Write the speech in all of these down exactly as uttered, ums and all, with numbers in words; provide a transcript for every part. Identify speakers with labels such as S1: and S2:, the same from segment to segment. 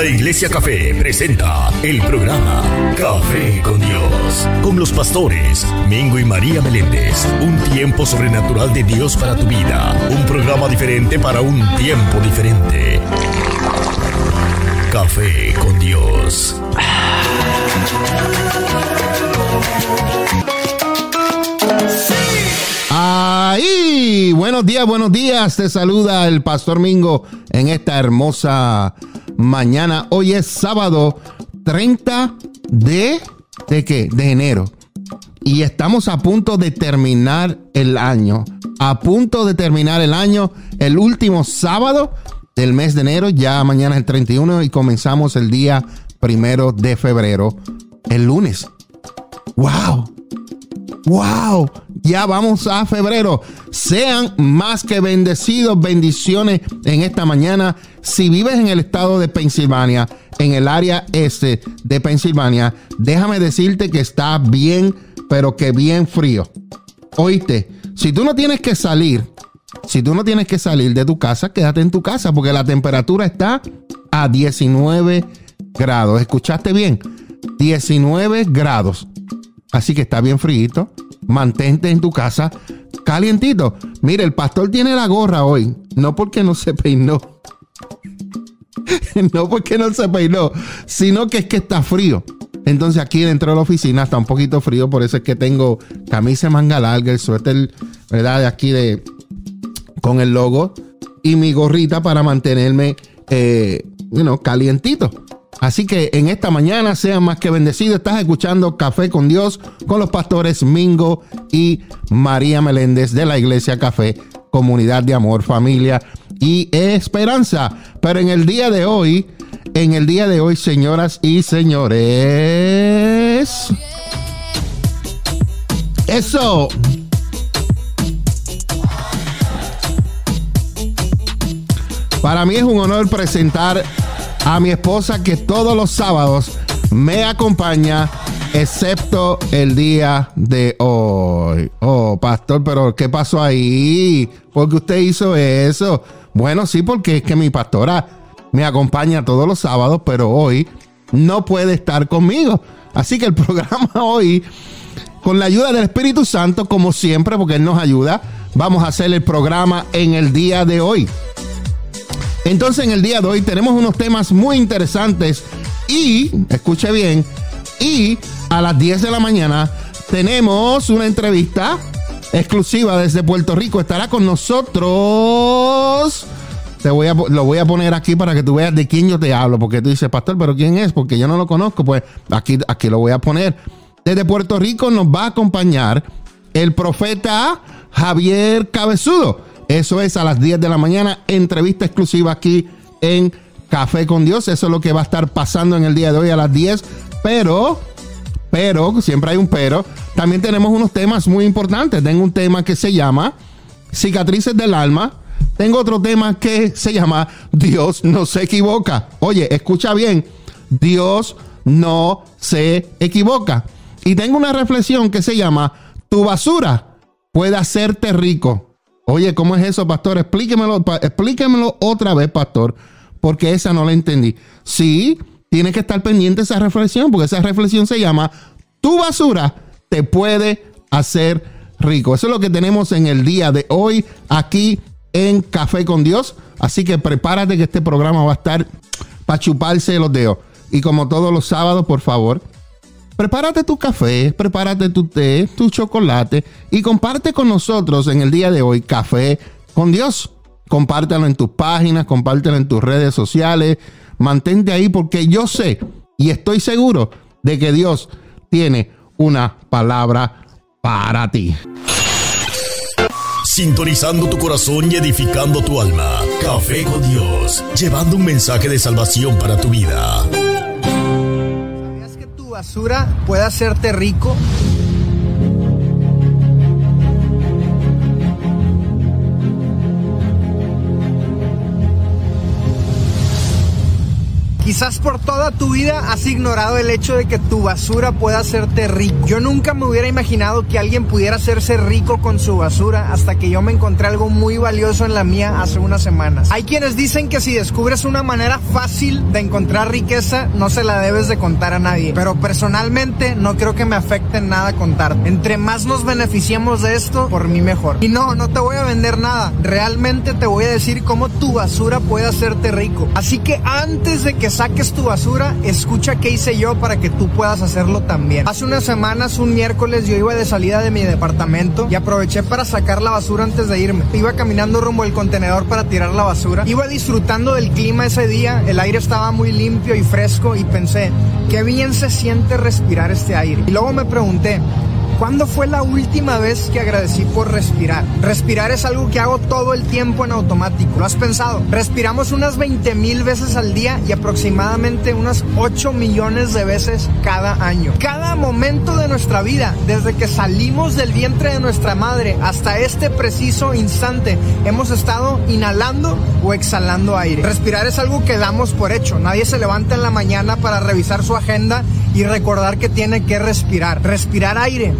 S1: La Iglesia Café presenta el programa Café con Dios, con los pastores Mingo y María Meléndez. Un tiempo sobrenatural de Dios para tu vida. Un programa diferente para un tiempo diferente. Café con Dios.
S2: Ahí, buenos días, buenos días. Te saluda el pastor Mingo en esta hermosa mañana. Hoy es sábado treinta de ¿de qué? De enero. Y estamos a punto de terminar el año. A punto de terminar el año, el último sábado del mes de enero. Ya mañana es el treinta y uno y comenzamos el día primero de febrero, el lunes. ¡Wow! ¡Wow! Ya vamos a febrero. Sean más que bendecidos. Bendiciones en esta mañana. Si vives en el estado de Pensilvania, en el área este de Pensilvania, déjame decirte que está bien, pero que bien frío. Oíste, si tú no tienes que salir, si tú no tienes que salir de tu casa, quédate en tu casa, porque la temperatura está a diecinueve grados. ¿Escuchaste bien? diecinueve grados. Así que está bien frío. Mantente en tu casa calientito. Mire, el pastor tiene la gorra hoy. No porque no se peinó. No porque no se peinó. Sino que es que está frío. Entonces aquí dentro de la oficina está un poquito frío. Por eso es que tengo camisa de manga larga, el suéter, ¿verdad? De aquí de con el logo. Y mi gorrita para mantenerme eh, you know, calientito. Así que en esta mañana sean más que bendecidos. Estás escuchando Café con Dios con los pastores Mingo y María Meléndez de la Iglesia Café, comunidad de amor, familia y esperanza. Pero en el día de hoy, en el día de hoy, señoras y señores, eso. Para mí es un honor presentar a mi esposa que todos los sábados me acompaña, excepto el día de hoy. Oh, pastor, pero ¿qué pasó ahí? ¿Por qué usted hizo eso? Bueno, sí, porque es que mi pastora me acompaña todos los sábados, pero hoy no puede estar conmigo. Así que el programa hoy, con la ayuda del Espíritu Santo, como siempre, porque Él nos ayuda, vamos a hacer el programa en el día de hoy. Entonces, en el día de hoy tenemos unos temas muy interesantes y, escuche bien, y a las diez de la mañana tenemos una entrevista exclusiva desde Puerto Rico. Estará con nosotros. Te voy a, lo voy a poner aquí para que tú veas de quién yo te hablo, porque tú dices, pastor, ¿pero quién es? Porque yo no lo conozco. Pues aquí, aquí lo voy a poner. Desde Puerto Rico nos va a acompañar el profeta Javier Cabezudo. Eso es a las diez de la mañana, entrevista exclusiva aquí en Café con Dios. Eso es lo que va a estar pasando en el día de hoy a las diez. Pero, pero, siempre hay un pero. También tenemos unos temas muy importantes. Tengo un tema que se llama Cicatrices del Alma. Tengo otro tema que se llama Dios no se equivoca. Oye, escucha bien. Dios no se equivoca. Y tengo una reflexión que se llama Tu basura puede hacerte rico. Oye, ¿cómo es eso, pastor? Explíquemelo, explíquemelo otra vez, pastor, porque esa no la entendí. Sí, tienes que estar pendiente de esa reflexión, porque esa reflexión se llama Tu basura te puede hacer rico. Eso es lo que tenemos en el día de hoy aquí en Café con Dios. Así que prepárate que este programa va a estar para chuparse los dedos. Y como todos los sábados, por favor, prepárate tu café, prepárate tu té, tu chocolate y comparte con nosotros en el día de hoy Café con Dios. Compártelo en tus páginas, compártelo en tus redes sociales. Mantente ahí porque yo sé y estoy seguro de que Dios tiene una palabra para ti.
S1: Sintonizando tu corazón y edificando tu alma. Café con Dios, llevando un mensaje de salvación para tu vida.
S3: Basura puede hacerte rico. Quizás por toda tu vida has ignorado el hecho de que tu basura pueda hacerte rico. Yo nunca me hubiera imaginado que alguien pudiera hacerse rico con su basura hasta que yo me encontré algo muy valioso en la mía hace unas semanas. Hay quienes dicen que si descubres una manera fácil de encontrar riqueza, no se la debes de contar a nadie. Pero personalmente no creo que me afecte en nada contar. Entre más nos beneficiemos de esto, por mí mejor. Y no, no te voy a vender nada. Realmente te voy a decir cómo tu basura puede hacerte rico. Así que antes de que saques tu basura, escucha qué hice yo para que tú puedas hacerlo también. Hace unas semanas, un miércoles, yo iba de salida de mi departamento y aproveché para sacar la basura antes de irme. Iba caminando rumbo al contenedor para tirar la basura. Iba disfrutando del clima ese día. El aire estaba muy limpio y fresco y pensé, qué bien se siente respirar este aire. Y luego me pregunté, ¿cuándo fue la última vez que agradecí por respirar? Respirar es algo que hago todo el tiempo en automático. ¿Lo has pensado? Respiramos unas veinte mil veces al día y aproximadamente unas ocho millones de veces cada año. Cada momento de nuestra vida, desde que salimos del vientre de nuestra madre hasta este preciso instante, hemos estado inhalando o exhalando aire. Respirar es algo que damos por hecho. Nadie se levanta en la mañana para revisar su agenda y recordar que tiene que respirar. Respirar aire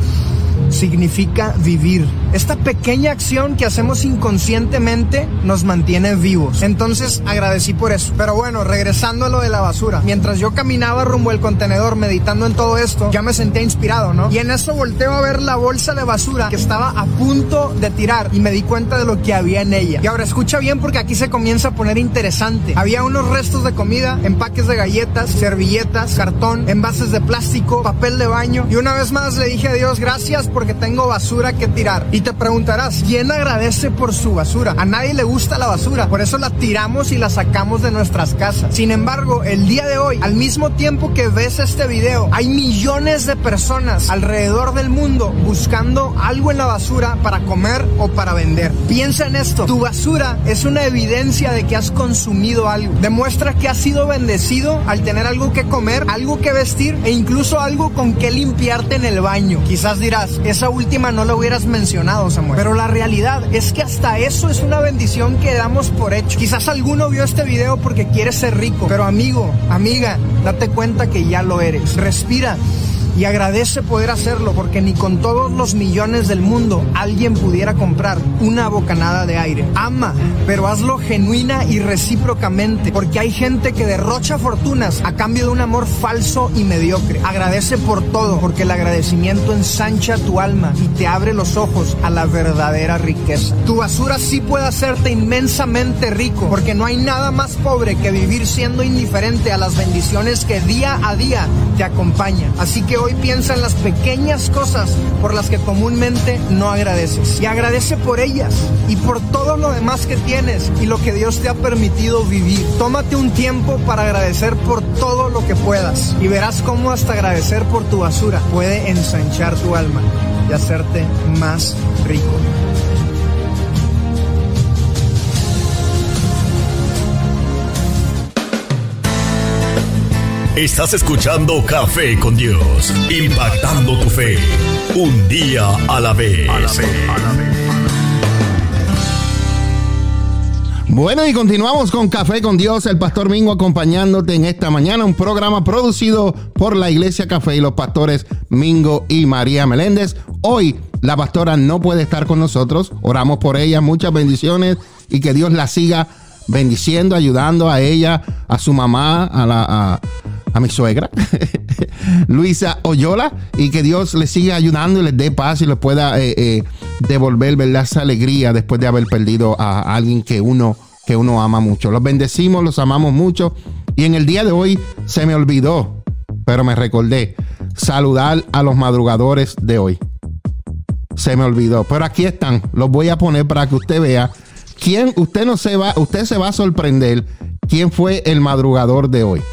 S3: significa vivir. Esta pequeña acción que hacemos inconscientemente nos mantiene vivos. Entonces agradecí por eso. Pero bueno, regresando a lo de la basura. Mientras yo caminaba rumbo al contenedor meditando en todo esto, ya me sentía inspirado, ¿no? Y en eso volteo a ver la bolsa de basura que estaba a punto de tirar y me di cuenta de lo que había en ella. Y ahora escucha bien porque aquí se comienza a poner interesante. Había unos restos de comida, empaques de galletas, servilletas, cartón, envases de plástico, papel de baño. Y una vez más le dije a Dios, gracias porque tengo basura que tirar. Y te preguntarás, ¿quién agradece por su basura? A nadie le gusta la basura, por eso la tiramos y la sacamos de nuestras casas. Sin embargo, el día de hoy, al mismo tiempo que ves este video, hay millones de personas alrededor del mundo buscando algo en la basura para comer o para vender. Piensa en esto, tu basura es una evidencia de que has consumido algo. Demuestra que has sido bendecido al tener algo que comer, algo que vestir e incluso algo con que limpiarte en el baño. Quizás dirás, esa última no la hubieras mencionado, Samuel. Pero la realidad es que hasta eso es una bendición que damos por hecho. Quizás alguno vio este video porque quiere ser rico. Pero amigo, amiga, date cuenta que ya lo eres. Respira y agradece poder hacerlo, porque ni con todos los millones del mundo alguien pudiera comprar una bocanada de aire. Ama, pero hazlo genuina y recíprocamente, porque hay gente que derrocha fortunas a cambio de un amor falso y mediocre. Agradece por todo, porque el agradecimiento ensancha tu alma y te abre los ojos a la verdadera riqueza. Tu basura sí puede hacerte inmensamente rico, porque no hay nada más pobre que vivir siendo indiferente a las bendiciones que día a día te acompañan. Así que hoy piensa en las pequeñas cosas por las que comúnmente no agradeces. Y agradece por ellas y por todo lo demás que tienes y lo que Dios te ha permitido vivir. Tómate un tiempo para agradecer por todo lo que puedas y verás cómo hasta agradecer por tu basura puede ensanchar tu alma y hacerte más rico.
S1: Estás escuchando Café con Dios, impactando tu fe, un día a la vez. A la vez, a la vez.
S2: Bueno, y continuamos con Café con Dios, el Pastor Mingo acompañándote en esta mañana, un programa producido por la Iglesia Café y los pastores Mingo y María Meléndez. Hoy la pastora no puede estar con nosotros, oramos por ella, muchas bendiciones y que Dios la siga bendiciendo, ayudando a ella, a su mamá, a la... A, a mi suegra, Luisa Oyola, y que Dios les siga ayudando y les dé paz y les pueda eh, eh, devolver, ¿verdad?, esa alegría después de haber perdido a alguien que uno, que uno ama mucho. Los bendecimos, los amamos mucho, y en el día de hoy se me olvidó, pero me recordé, saludar a los madrugadores de hoy. Se me olvidó, pero aquí están, los voy a poner para que usted vea quién, usted no se va, usted se va a sorprender quién fue el madrugador de hoy.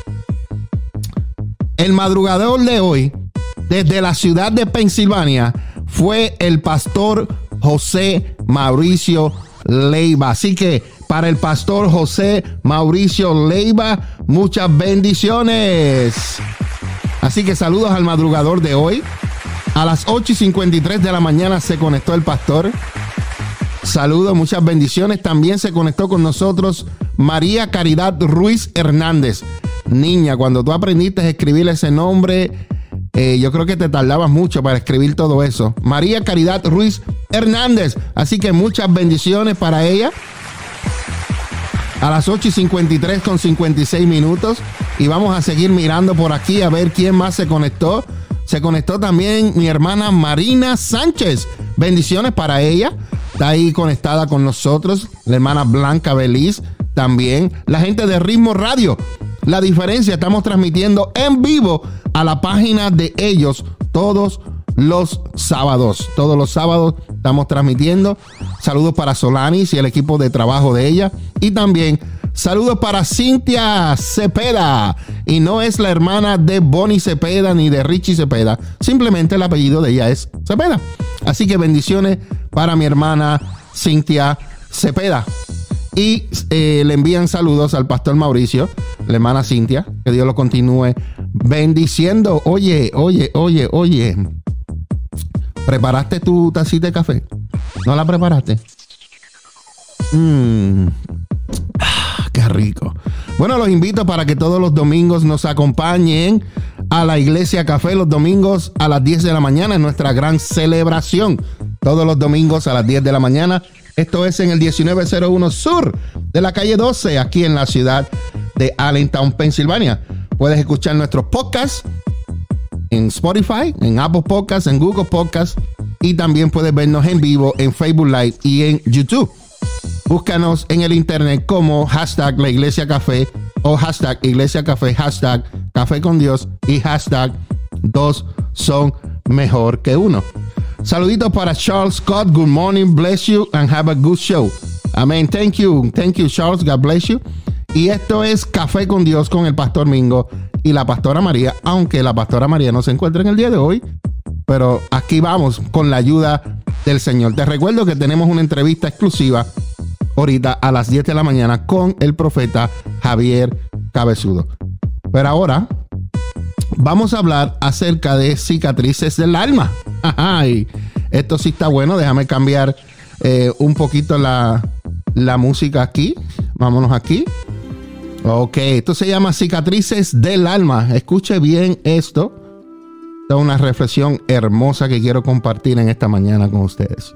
S2: El madrugador de hoy, desde la ciudad de Pensilvania, fue el pastor José Mauricio Leiva. Así que para el pastor José Mauricio Leiva, muchas bendiciones. Así que saludos al madrugador de hoy. A las ocho y cincuenta y tres de la mañana se conectó el pastor. Saludos, muchas bendiciones. También se conectó con nosotros María Caridad Ruiz Hernández. niña, cuando tú aprendiste a escribir ese nombre, eh, yo creo que te tardabas mucho para escribir todo eso. María Caridad Ruiz Hernández. Así que muchas bendiciones para ella. A las ocho y cincuenta y tres con cincuenta y seis minutos. Y vamos a seguir mirando por aquí a ver quién más se conectó. Se conectó también mi hermana Marina Sánchez. Bendiciones para ella. Está ahí conectada con nosotros. La hermana Blanca Beliz también. La gente de Ritmo Radio. La diferencia, estamos transmitiendo en vivo a la página de ellos todos los sábados. Todos los sábados estamos transmitiendo. Saludos para Solanis y el equipo de trabajo de ella. Y también saludos para Cintia Cepeda. Y no es la hermana de Bonnie Cepeda ni de Richie Cepeda. Simplemente el apellido de ella es Cepeda. Así que bendiciones para mi hermana Cintia Cepeda. Y eh, le envían saludos al pastor Mauricio, la hermana Cintia. Que Dios lo continúe bendiciendo. Oye, oye, oye, oye. ¿Preparaste tu tacita de café? ¿No la preparaste? Mmm. Ah, qué rico. Bueno, los invito para que todos los domingos nos acompañen a la Iglesia Café los domingos a las diez de la mañana en nuestra gran celebración. Todos los domingos a las diez de la mañana. Esto es en el diecinueve cero uno Sur de la calle doce, aquí en la ciudad de Allentown, Pensilvania. Puedes escuchar nuestros podcasts en Spotify, en Apple Podcasts, en Google Podcasts, y también puedes vernos en vivo en Facebook Live y en YouTube. Búscanos en el internet como hashtag La Iglesia Café o hashtag Iglesia Café, hashtag Café con Dios y hashtag dos son mejor que uno. Saluditos para Charles Scott. Good morning, bless you and have a good show. Amen. Thank you. Thank you, Charles. God bless you. Y esto es Café con Dios con el Pastor Mingo y la Pastora María, aunque la Pastora María no se encuentra en el día de hoy, pero aquí vamos con la ayuda del Señor. Te recuerdo que tenemos una entrevista exclusiva ahorita a las diez de la mañana con el profeta Javier Cabezudo. Pero ahora vamos a hablar acerca de cicatrices del alma. Ay, esto sí está bueno. Déjame cambiar eh, un poquito la, la música aquí. Vámonos aquí. Ok, esto se llama cicatrices del alma. Escuche bien esto. Esta es una reflexión hermosa que quiero compartir en esta mañana con ustedes.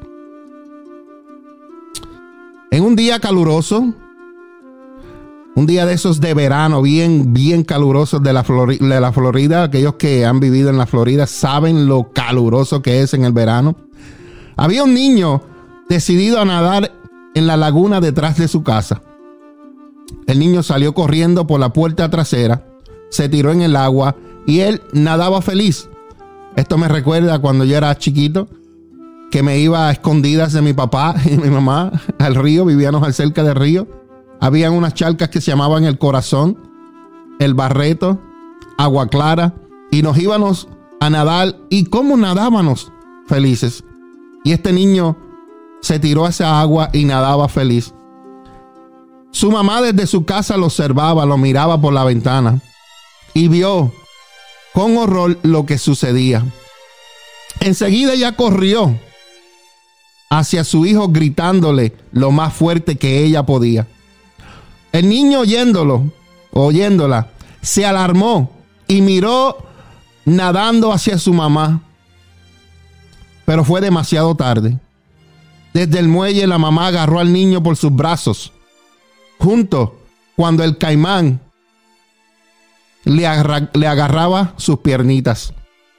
S2: En un día caluroso, un día de esos de verano, bien, bien calurosos de la, Flori- de la Florida. Aquellos que han vivido en la Florida saben lo caluroso que es en el verano. Había un niño decidido a nadar en la laguna detrás de su casa. El niño salió corriendo por la puerta trasera, se tiró en el agua y él nadaba feliz. Esto me recuerda cuando yo era chiquito, que me iba a escondidas de mi papá y mi mamá al río. Vivíamos al cerca del río. Habían unas charcas que se llamaban El Corazón, El Barreto, Agua Clara, y nos íbamos a nadar. ¿Y cómo nadábamos felices? Y este niño se tiró a esa agua y nadaba feliz. Su mamá desde su casa lo observaba, lo miraba por la ventana y vio con horror lo que sucedía. Enseguida ella corrió hacia su hijo gritándole lo más fuerte que ella podía. El niño oyéndolo, oyéndola, se alarmó y miró nadando hacia su mamá. Pero fue demasiado tarde. Desde el muelle la mamá agarró al niño por sus brazos. Junto cuando el caimán le, agarra, le agarraba sus piernitas.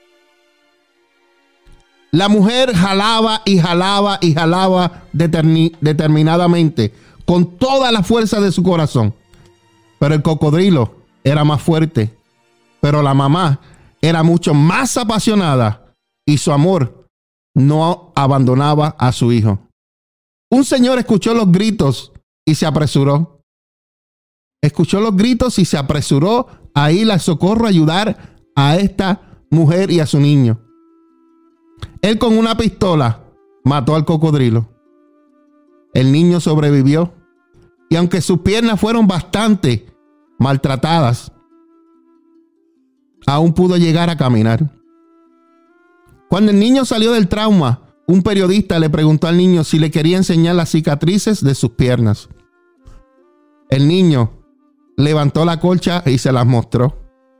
S2: La mujer jalaba y jalaba y jalaba determi- determinadamente, con toda la fuerza de su corazón. Pero el cocodrilo era más fuerte. Pero la mamá era mucho más apasionada y su amor no abandonaba a su hijo. Un señor escuchó los gritos y se apresuró. Escuchó los gritos y se apresuró a ir al socorro a ayudar a esta mujer y a su niño. Él con una pistola mató al cocodrilo. El niño sobrevivió y aunque sus piernas fueron bastante maltratadas, aún pudo llegar a caminar. Cuando el niño salió del trauma, un periodista le preguntó al niño si le quería enseñar las cicatrices de sus piernas. El niño levantó la colcha y se las mostró.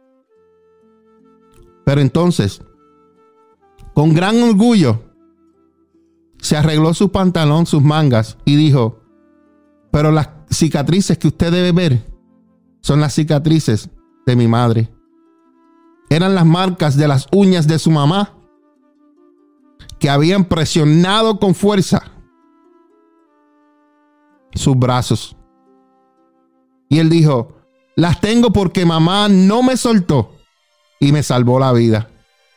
S2: Pero entonces, con gran orgullo, se arregló su pantalón, sus mangas y dijo: pero las cicatrices que usted debe ver son las cicatrices de mi madre. Eran las marcas de las uñas de su mamá que habían presionado con fuerza sus brazos. Y él dijo: las tengo porque mamá no me soltó y me salvó la vida.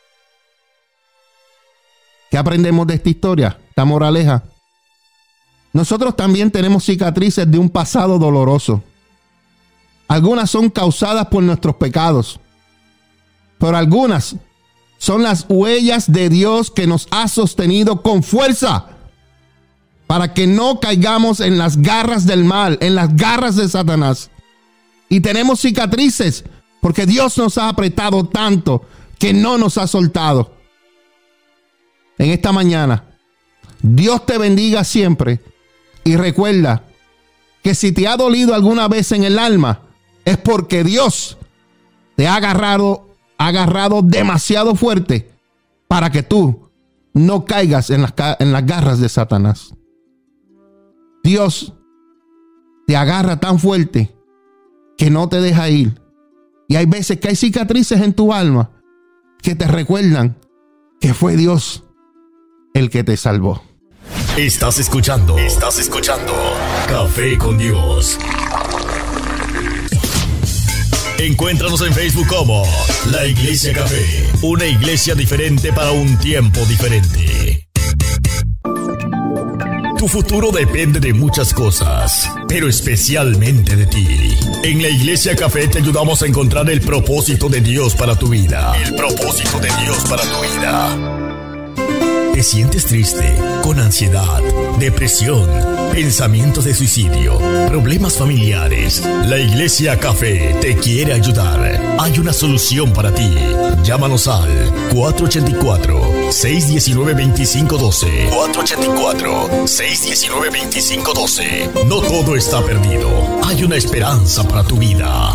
S2: ¿Qué aprendemos de esta historia? Esta moraleja. Nosotros también tenemos cicatrices de un pasado doloroso. Algunas son causadas por nuestros pecados, pero algunas son las huellas de Dios que nos ha sostenido con fuerza para que no caigamos en las garras del mal, en las garras de Satanás. Y tenemos cicatrices porque Dios nos ha apretado tanto que no nos ha soltado. En esta mañana, Dios te bendiga siempre y recuerda que si te ha dolido alguna vez en el alma, es porque Dios te ha agarrado, agarrado demasiado fuerte para que tú no caigas en las, en las garras de Satanás. Dios te agarra tan fuerte que no te deja ir. Y hay veces que hay cicatrices en tu alma que te recuerdan que fue Dios el que te salvó.
S1: Estás escuchando, estás escuchando Café con Dios. Encuéntranos en Facebook como La Iglesia Café, una iglesia diferente para un tiempo diferente. Tu futuro depende de muchas cosas, pero especialmente de ti. En la Iglesia Café te ayudamos a encontrar el propósito de Dios para tu vida. El propósito de Dios para tu vida. ¿Te sientes triste, con ansiedad, depresión, pensamientos de suicidio, problemas familiares? La Iglesia Café te quiere ayudar. Hay una solución para ti. Llámanos al cuatro ocho cuatro, seis uno nueve, dos cinco uno dos. cuatro ocho cuatro, seis uno nueve, dos cinco uno dos. No todo está perdido. Hay una esperanza para tu vida.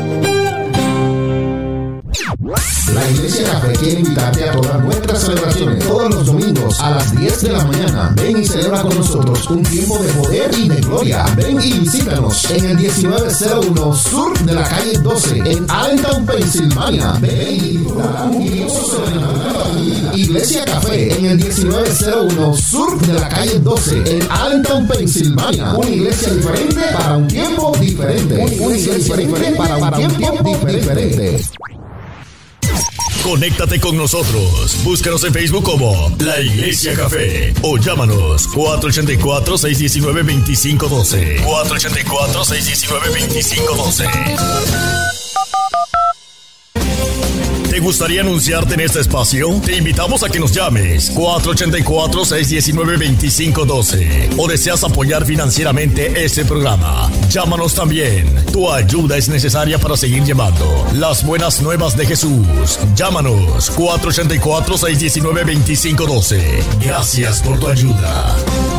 S2: La Iglesia Café quiere invitarte a todas nuestras celebraciones todos los domingos a las diez de la mañana. Ven y celebra con nosotros un tiempo de poder y de gloria. Ven y visítanos en el diecinueve cero uno Sur de la calle doce en Allentown, Pensilvania. Ven y disfruta un tiempo sobrenatural. Iglesia Café en el diecinueve cero uno Sur de la calle doce en Allentown, Pensilvania. Una iglesia diferente para un tiempo diferente. Una iglesia diferente para un tiempo diferente.
S1: Conéctate con nosotros. Búscanos en Facebook como La Iglesia Café o llámanos cuatro ocho cuatro, seis uno nueve, dos cinco uno dos. cuatro ocho cuatro, seis uno nueve, dos cinco uno dos. ¿Te gustaría anunciarte en este espacio? Te invitamos a que nos llames cuatro ocho cuatro, seis uno nueve, dos cinco uno dos o deseas apoyar financieramente este programa. Llámanos también. Tu ayuda es necesaria para seguir llevando las buenas nuevas de Jesús. Llámanos cuatro ocho cuatro, seis uno nueve, dos cinco uno dos. Gracias por tu ayuda.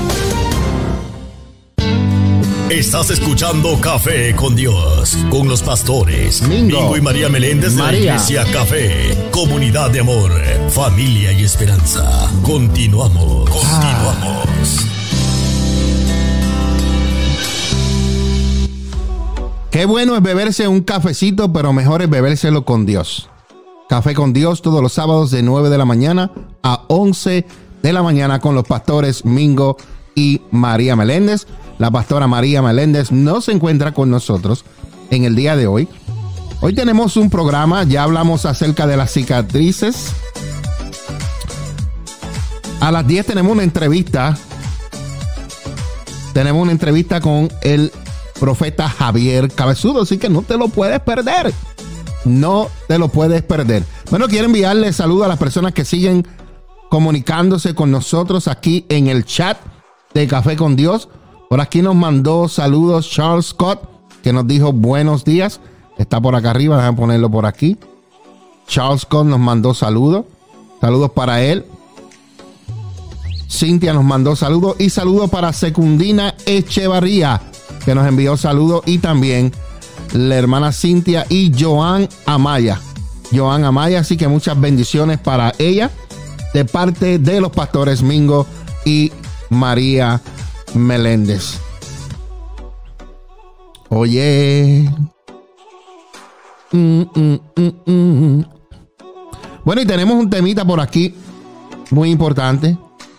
S1: Estás escuchando Café con Dios, con los pastores
S2: Mingo,
S1: Mingo y María Meléndez de
S2: María.
S1: la Iglesia Café, comunidad de amor, familia y esperanza. Continuamos, continuamos.
S2: Qué bueno es beberse un cafecito, pero mejor es bebérselo con Dios. Café con Dios todos los sábados de nueve de la mañana a once de la mañana con los pastores Mingo y María Meléndez. La pastora María Meléndez no se encuentra con nosotros en el día de hoy. Hoy tenemos un programa, ya hablamos acerca de las cicatrices. A las diez tenemos una entrevista. Tenemos una entrevista con el profeta Javier Cabezudo, así que no te lo puedes perder. No te lo puedes perder. Bueno, quiero enviarle saludos a las personas que siguen comunicándose con nosotros aquí en el chat de Café con Dios. Por aquí nos mandó saludos Charles Scott, que nos dijo buenos días. Está por acá arriba, déjame ponerlo por aquí. Charles Scott nos mandó saludos. Saludos para él. Cintia nos mandó saludos. Y saludos para Secundina Echevarría, que nos envió saludos. Y también la hermana Cintia y Joan Amaya. Joan Amaya, así que muchas bendiciones para ella de parte de los pastores Mingo y María Meléndez. Oye. Mm, mm, mm, mm. Bueno, y tenemos un temita por aquí muy importante.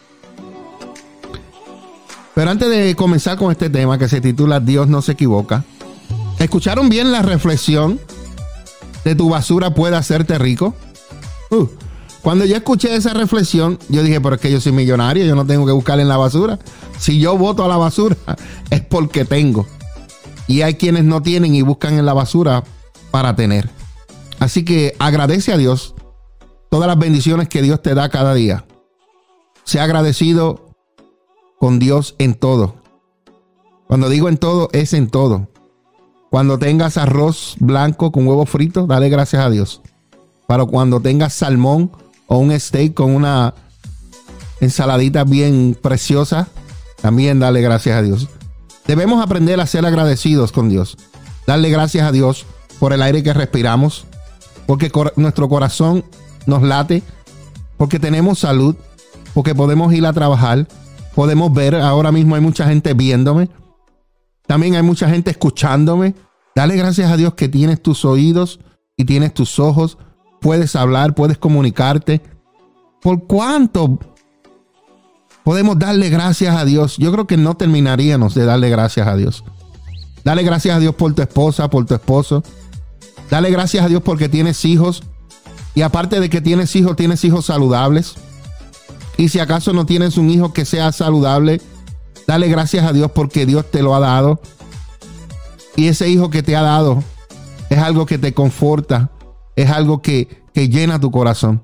S2: Pero antes de comenzar con este tema que se titula Dios no se equivoca, ¿escucharon bien la reflexión de tu basura puede hacerte rico? Uh, cuando yo escuché esa reflexión, yo dije, pero es que yo soy millonario, yo no tengo que buscar en la basura. Si yo boto a la basura, es porque tengo. Y hay quienes no tienen y buscan en la basura para tener. Así que agradece a Dios todas las bendiciones que Dios te da cada día. Sea agradecido con Dios en todo. Cuando digo en todo, es en todo. Cuando tengas arroz blanco con huevo frito, dale gracias a Dios. Pero cuando tengas salmón o un steak con una ensaladita bien preciosa, también dale gracias a Dios. Debemos aprender a ser agradecidos con Dios. Darle gracias a Dios por el aire que respiramos, porque cor- nuestro corazón nos late, porque tenemos salud, porque podemos ir a trabajar, podemos ver. Ahora mismo hay mucha gente viéndome. También hay mucha gente escuchándome. Dale gracias a Dios que tienes tus oídos y tienes tus ojos. Puedes hablar, puedes comunicarte. ¿Por cuánto podemos darle gracias a Dios? Yo creo que no terminaríamos de darle gracias a Dios. Dale gracias a Dios por tu esposa, por tu esposo. Dale gracias a Dios porque tienes hijos. Y aparte de que tienes hijos, tienes hijos saludables. Y si acaso no tienes un hijo que sea saludable, dale gracias a Dios porque Dios te lo ha dado. Y ese hijo que te ha dado es algo que te conforta, es algo que, que llena tu corazón.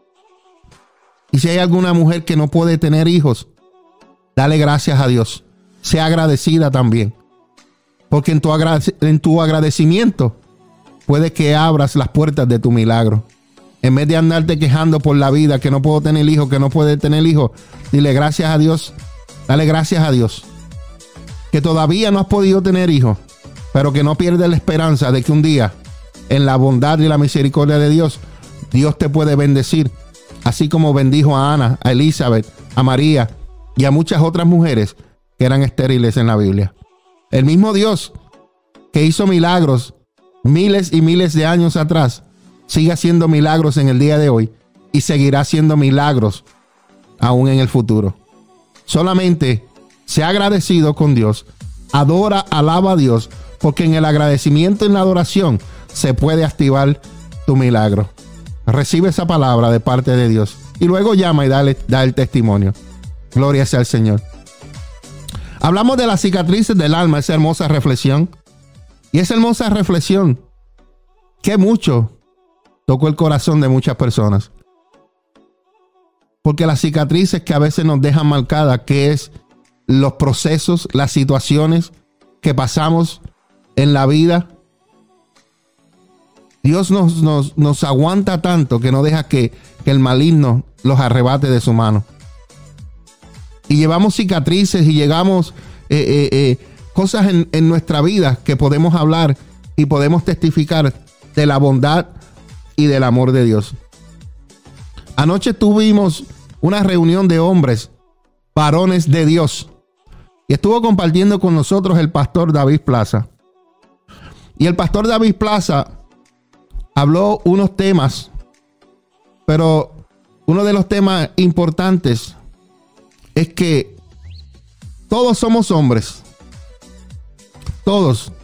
S2: Y si hay alguna mujer que no puede tener hijos, dale gracias a Dios. Sea agradecida también. Porque en tu, agrade- en tu agradecimiento puede que abras las puertas de tu milagro. En vez de andarte quejando por la vida, que no puedo tener hijos, que no puede tener hijos, dile gracias a Dios. Dale gracias a Dios. Que todavía no has podido tener hijos, pero que no pierdes la esperanza de que un día, en la bondad y la misericordia de Dios, Dios te puede bendecir. Así como bendijo a Ana, a Elizabeth, a María y a muchas otras mujeres que eran estériles en la Biblia. El mismo Dios que hizo milagros miles y miles de años atrás, sigue haciendo milagros en el día de hoy y seguirá haciendo milagros aún en el futuro. Solamente sea agradecido con Dios, adora, alaba a Dios, porque en el agradecimiento y en la adoración se puede activar tu milagro. Recibe esa palabra de parte de Dios y luego llama y dale, da el testimonio. Gloria sea al Señor. Hablamos de las cicatrices del alma, esa hermosa reflexión. Y esa hermosa reflexión que mucho tocó el corazón de muchas personas. Porque las cicatrices que a veces nos dejan marcadas, que es los procesos, las situaciones que pasamos en la vida, Dios nos, nos, nos aguanta tanto que no deja que, que el maligno los arrebate de su mano. Y llevamos cicatrices y llegamos eh, eh, eh, cosas en, en nuestra vida que podemos hablar y podemos testificar de la bondad y del amor de Dios. Anoche tuvimos una reunión de hombres, varones de Dios, y estuvo compartiendo con nosotros el pastor David Plaza. Y el pastor David Plaza habló unos temas, pero uno de los temas importantes es que todos somos hombres, todos.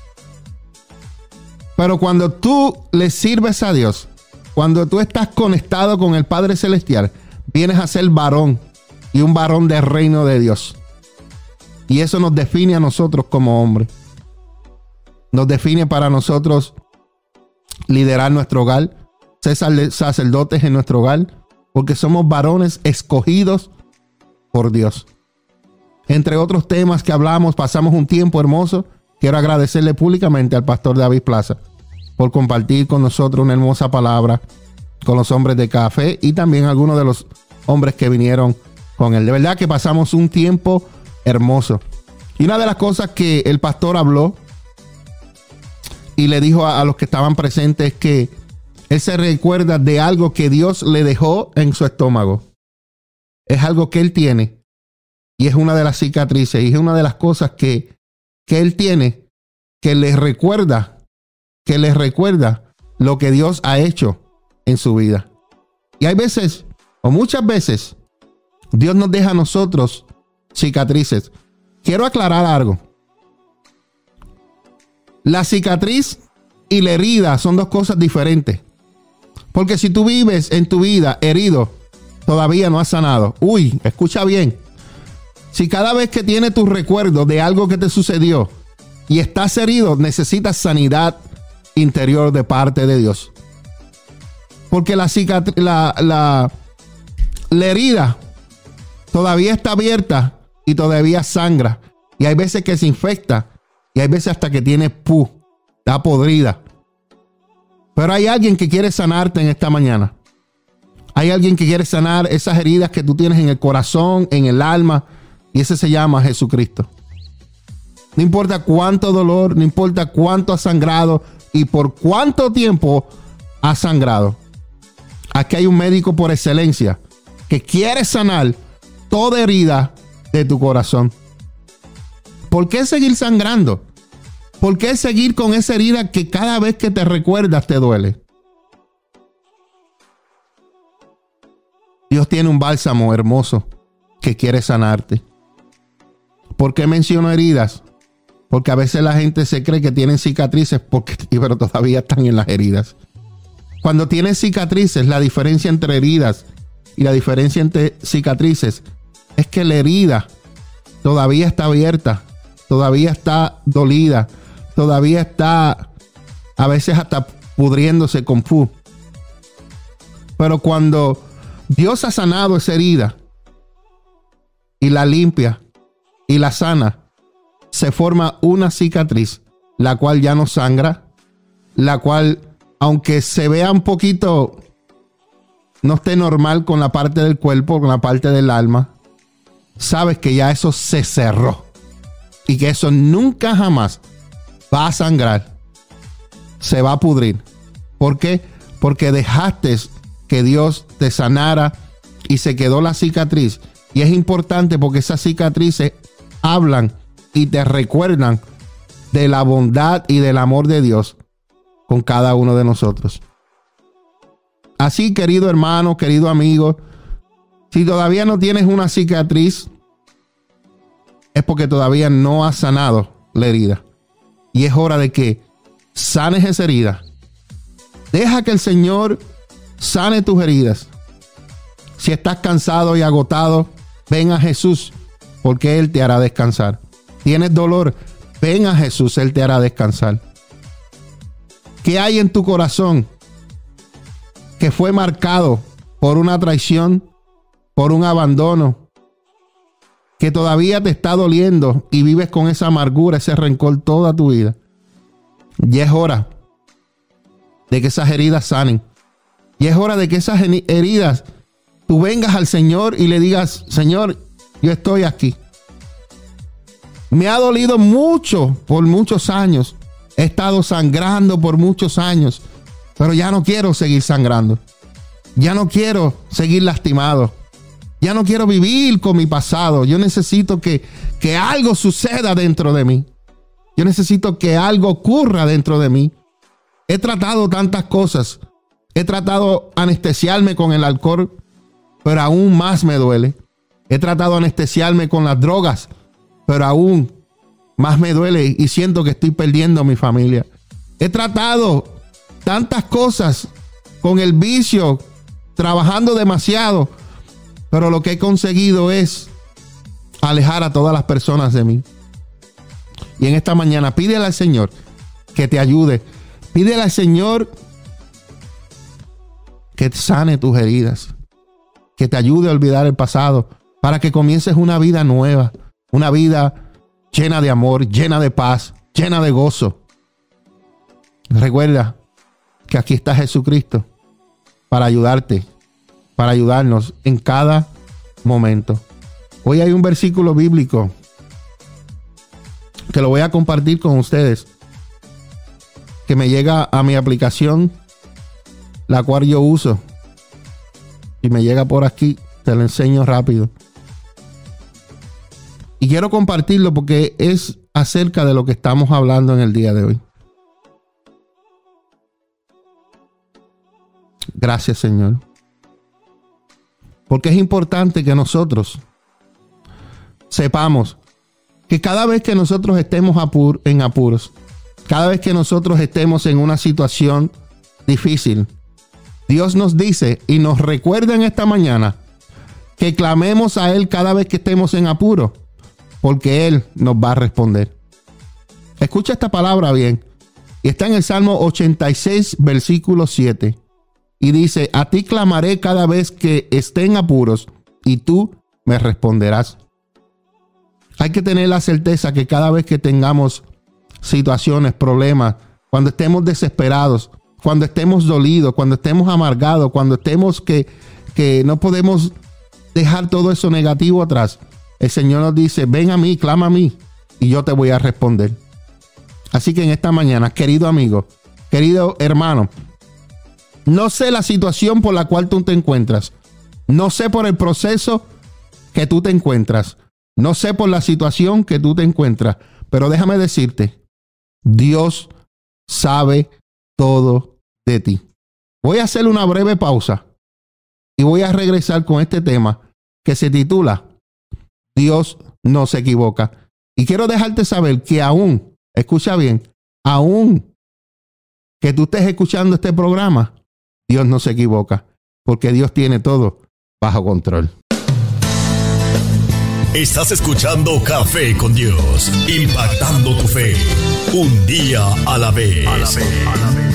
S2: Pero cuando tú le sirves a Dios, cuando tú estás conectado con el Padre Celestial, vienes a ser varón y un varón del reino de Dios. Y eso nos define a nosotros como hombres. Nos define para nosotros liderar nuestro hogar, ser sacerdotes en nuestro hogar, porque somos varones escogidos por Dios. Entre otros temas que hablamos, pasamos un tiempo hermoso. Quiero agradecerle públicamente al pastor David Plaza por compartir con nosotros una hermosa palabra con los hombres de Café y también algunos de los hombres que vinieron con él. De verdad que pasamos un tiempo hermoso. Y una de las cosas que el pastor habló y le dijo a, a los que estaban presentes que él se recuerda de algo que Dios le dejó en su estómago. Es algo que él tiene y es una de las cicatrices y es una de las cosas que, que él tiene que le recuerda, que le recuerda lo que Dios ha hecho en su vida. Y hay veces, o muchas veces, Dios nos deja a nosotros cicatrices. Quiero aclarar algo. La cicatriz y la herida son dos cosas diferentes. Porque si tú vives en tu vida herido, todavía no has sanado. Uy, escucha bien. Si cada vez que tienes tu recuerdo de algo que te sucedió y estás herido, necesitas sanidad interior de parte de Dios. Porque la cicatriz, la, la, la herida todavía está abierta y todavía sangra. Y hay veces que se infecta y hay veces hasta que tiene pus, está podrida. Pero hay alguien que quiere sanarte en esta mañana. Hay alguien que quiere sanar esas heridas que tú tienes en el corazón, en el alma, y ese se llama Jesucristo. No importa cuánto dolor, no importa cuánto has sangrado y por cuánto tiempo has sangrado. Aquí hay un médico por excelencia que quiere sanar toda herida de tu corazón. ¿Por qué seguir sangrando? ¿Por qué seguir con esa herida que cada vez que te recuerdas te duele? Dios tiene un bálsamo hermoso que quiere sanarte. ¿Por qué menciono heridas? Porque a veces la gente se cree que tienen cicatrices, porque, pero todavía están en las heridas. Cuando tienes cicatrices, la diferencia entre heridas y la diferencia entre cicatrices es que la herida todavía está abierta, todavía está dolida, todavía está a veces hasta pudriéndose con pus. Pero cuando Dios ha sanado esa herida y la limpia y la sana, se forma una cicatriz, la cual ya no sangra, la cual, aunque se vea un poquito, no esté normal con la parte del cuerpo, con la parte del alma, sabes que ya eso se cerró y que eso nunca jamás va a sangrar, se va a pudrir. ¿Por qué? Porque dejaste que Dios te sanara y se quedó la cicatriz. Y es importante porque esas cicatrices hablan y te recuerdan de la bondad y del amor de Dios con cada uno de nosotros. Así, querido hermano, querido amigo, si todavía no tienes una cicatriz, es porque todavía no has sanado la herida. Y es hora de que sanes esa herida. Deja que el Señor sane tus heridas. Si estás cansado y agotado, ven a Jesús, porque Él te hará descansar. Tienes dolor, ven a Jesús, Él te hará descansar. ¿Qué hay en tu corazón que fue marcado por una traición, por un abandono, que todavía te está doliendo y vives con esa amargura, ese rencor toda tu vida? Ya es hora de que esas heridas sanen. Y es hora de que esas heridas tú vengas al Señor y le digas: Señor, yo estoy aquí. Me ha dolido mucho por muchos años. He estado sangrando por muchos años, pero ya no quiero seguir sangrando. Ya no quiero seguir lastimado. Ya no quiero vivir con mi pasado. Yo necesito que, que algo suceda dentro de mí. Yo necesito que algo ocurra dentro de mí. He tratado tantas cosas. He tratado anestesiarme con el alcohol, pero aún más me duele. He tratado anestesiarme con las drogas, pero aún más me duele y siento que estoy perdiendo a mi familia. He tratado tantas cosas con el vicio, trabajando demasiado, pero lo que he conseguido es alejar a todas las personas de mí. Y en esta mañana pídele al Señor que te ayude. Pídele al Señor que sane tus heridas, que te ayude a olvidar el pasado, para que comiences una vida nueva, una vida llena de amor, llena de paz, llena de gozo. Recuerda que aquí está Jesucristo para ayudarte, para ayudarnos en cada momento. Hoy hay un versículo bíblico que lo voy a compartir con ustedes, que me llega a mi aplicación, la cual yo uso. Y me llega por aquí, te lo enseño rápido. Y quiero compartirlo porque es acerca de lo que estamos hablando en el día de hoy. Gracias, Señor. Porque es importante que nosotros sepamos que cada vez que nosotros estemos apur- en apuros, cada vez que nosotros estemos en una situación difícil, Dios nos dice y nos recuerda en esta mañana que clamemos a Él cada vez que estemos en apuro, porque Él nos va a responder. Escucha esta palabra bien. Y está en el Salmo ochenta y seis, versículo siete. Y dice: a ti clamaré cada vez que esté en apuros, y tú me responderás. Hay que tener la certeza que cada vez que tengamos situaciones, problemas, cuando estemos desesperados, cuando estemos dolidos, cuando estemos amargados, cuando estemos que, que no podemos dejar todo eso negativo atrás, el Señor nos dice: ven a mí, clama a mí, y yo te voy a responder. Así que en esta mañana, querido amigo, querido hermano, no sé la situación por la cual tú te encuentras. No sé por el proceso que tú te encuentras. No sé por la situación que tú te encuentras. Pero déjame decirte, Dios sabe todo de ti. Voy a hacer una breve pausa y voy a regresar con este tema que se titula Dios no se equivoca. Y quiero dejarte saber que aún, escucha bien, aún que tú estés escuchando este programa, Dios no se equivoca, porque Dios tiene todo bajo control.
S1: Estás escuchando Café con Dios, impactando tu fe, un día a la vez. A la vez, a la vez.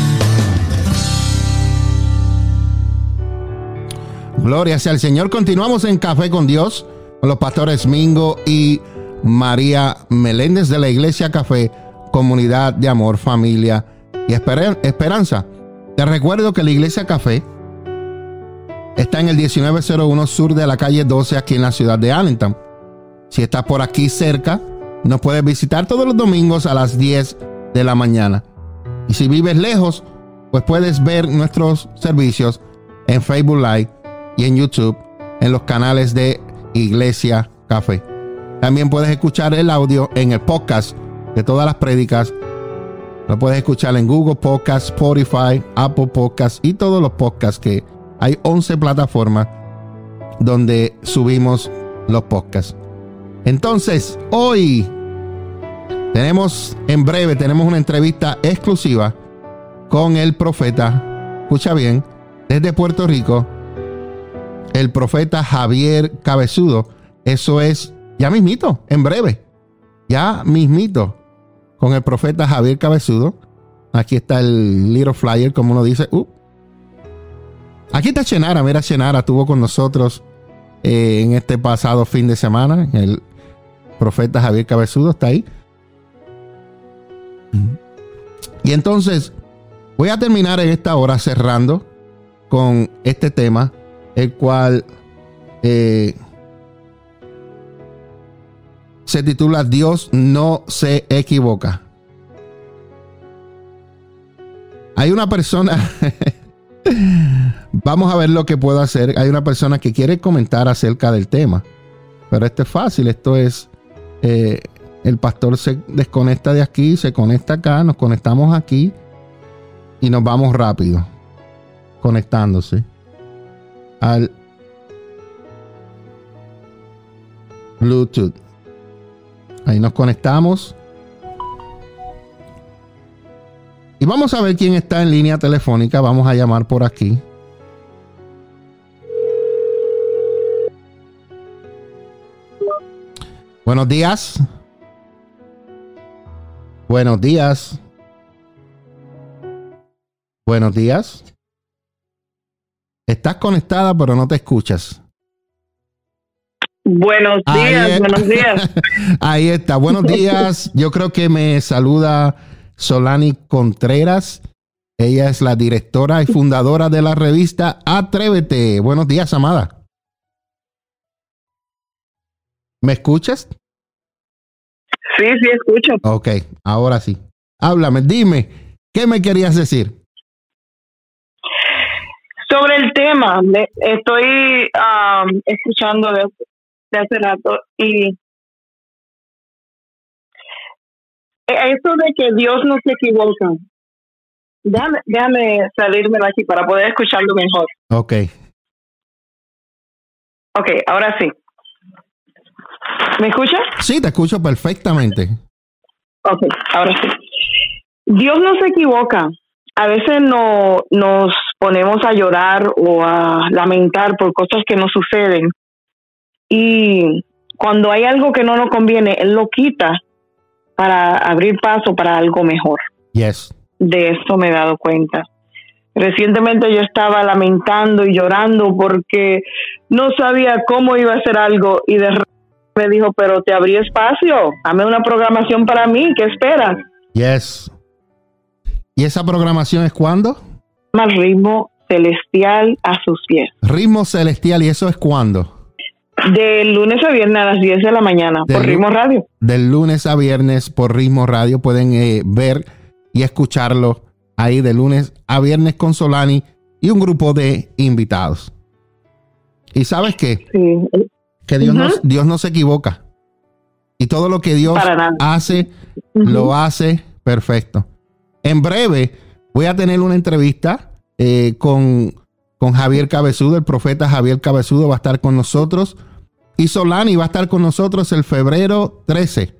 S2: Gloria sea al Señor. Continuamos en Café con Dios con los pastores Mingo y María Meléndez de la Iglesia Café, comunidad de amor, familia y esper- esperanza. Te recuerdo que la Iglesia Café está en el diecinueve cero uno sur de la calle doce, aquí en la ciudad de Allentown. Si estás por aquí cerca, nos puedes visitar todos los domingos a las diez de la mañana. Y si vives lejos, pues puedes ver nuestros servicios en Facebook Live y en YouTube, en los canales de Iglesia Café. También puedes escuchar el audio en el podcast de todas las prédicas. Lo puedes escuchar en Google Podcast, Spotify, Apple Podcast y todos los podcasts que hay once plataformas donde subimos los podcasts. Entonces, hoy tenemos, en breve, tenemos una entrevista exclusiva con el profeta, escucha bien, desde Puerto Rico, el profeta Javier Cabezudo. Eso es ya mismito, en breve, ya mismito, con el profeta Javier Cabezudo. Aquí está el little flyer, como uno dice. Uh. Aquí está Chenara. Mira, Chenara estuvo con nosotros eh, en este pasado fin de semana. El profeta Javier Cabezudo está ahí. Y entonces voy a terminar en esta hora cerrando con este tema, el cual eh, se titula Dios no se equivoca. Hay una persona, vamos a ver lo que puedo hacer. Hay una persona que quiere comentar acerca del tema, pero esto es fácil. Esto es, eh, el pastor se desconecta de aquí, se conecta acá, nos conectamos aquí y nos vamos rápido, conectándose al Bluetooth. Ahí nos conectamos. Y vamos a ver quién está en línea telefónica. Vamos a llamar por aquí. Buenos días. Buenos días. Buenos días. Estás conectada, pero no te escuchas.
S4: Buenos días,
S2: Ahí
S4: buenos días.
S2: Ahí está, buenos días. Yo creo que me saluda Solani Contreras. Ella es la directora y fundadora de la revista Atrévete. Buenos días, amada. ¿Me escuchas?
S4: Sí, sí, escucho.
S2: Ok, ahora sí. Háblame, dime, ¿Qué me querías decir?
S4: Sobre el tema, le, estoy um, escuchando de, de hace rato y eso de que Dios no se equivoca. Déjame, déjame salirme de aquí para poder escucharlo mejor.
S2: Ok.
S4: Ok, ahora sí. ¿Me escuchas?
S2: Sí, te escucho perfectamente.
S4: Ok, ahora sí. Dios no se equivoca. A veces no nos ponemos a llorar o a lamentar por cosas que nos suceden. Y cuando hay algo que no nos conviene, Él lo quita para abrir paso para algo mejor.
S2: Yes.
S4: De eso me he dado cuenta. Recientemente yo estaba lamentando y llorando porque no sabía cómo iba a hacer algo y de repente me dijo, pero te abrí espacio, dame una programación para mí, ¿qué esperas?
S2: Yes. ¿Y esa programación es cuándo?
S4: Al ritmo celestial a sus pies.
S2: Ritmo celestial, ¿y eso es cuándo?
S4: De lunes a viernes a las diez de la mañana,
S2: Del
S4: por Ritmo Radio.
S2: Del lunes a viernes por Ritmo Radio. Pueden eh, ver y escucharlo ahí de lunes a viernes con Solani y un grupo de invitados. ¿Y sabes qué?
S4: Sí.
S2: Que Dios,
S4: Uh-huh.
S2: no, Dios no se equivoca. Y todo lo que Dios hace, uh-huh. lo hace perfecto. En breve voy a tener una entrevista eh, con, con Javier Cabezudo. El profeta Javier Cabezudo va a estar con nosotros. Y Solani va a estar con nosotros el febrero trece.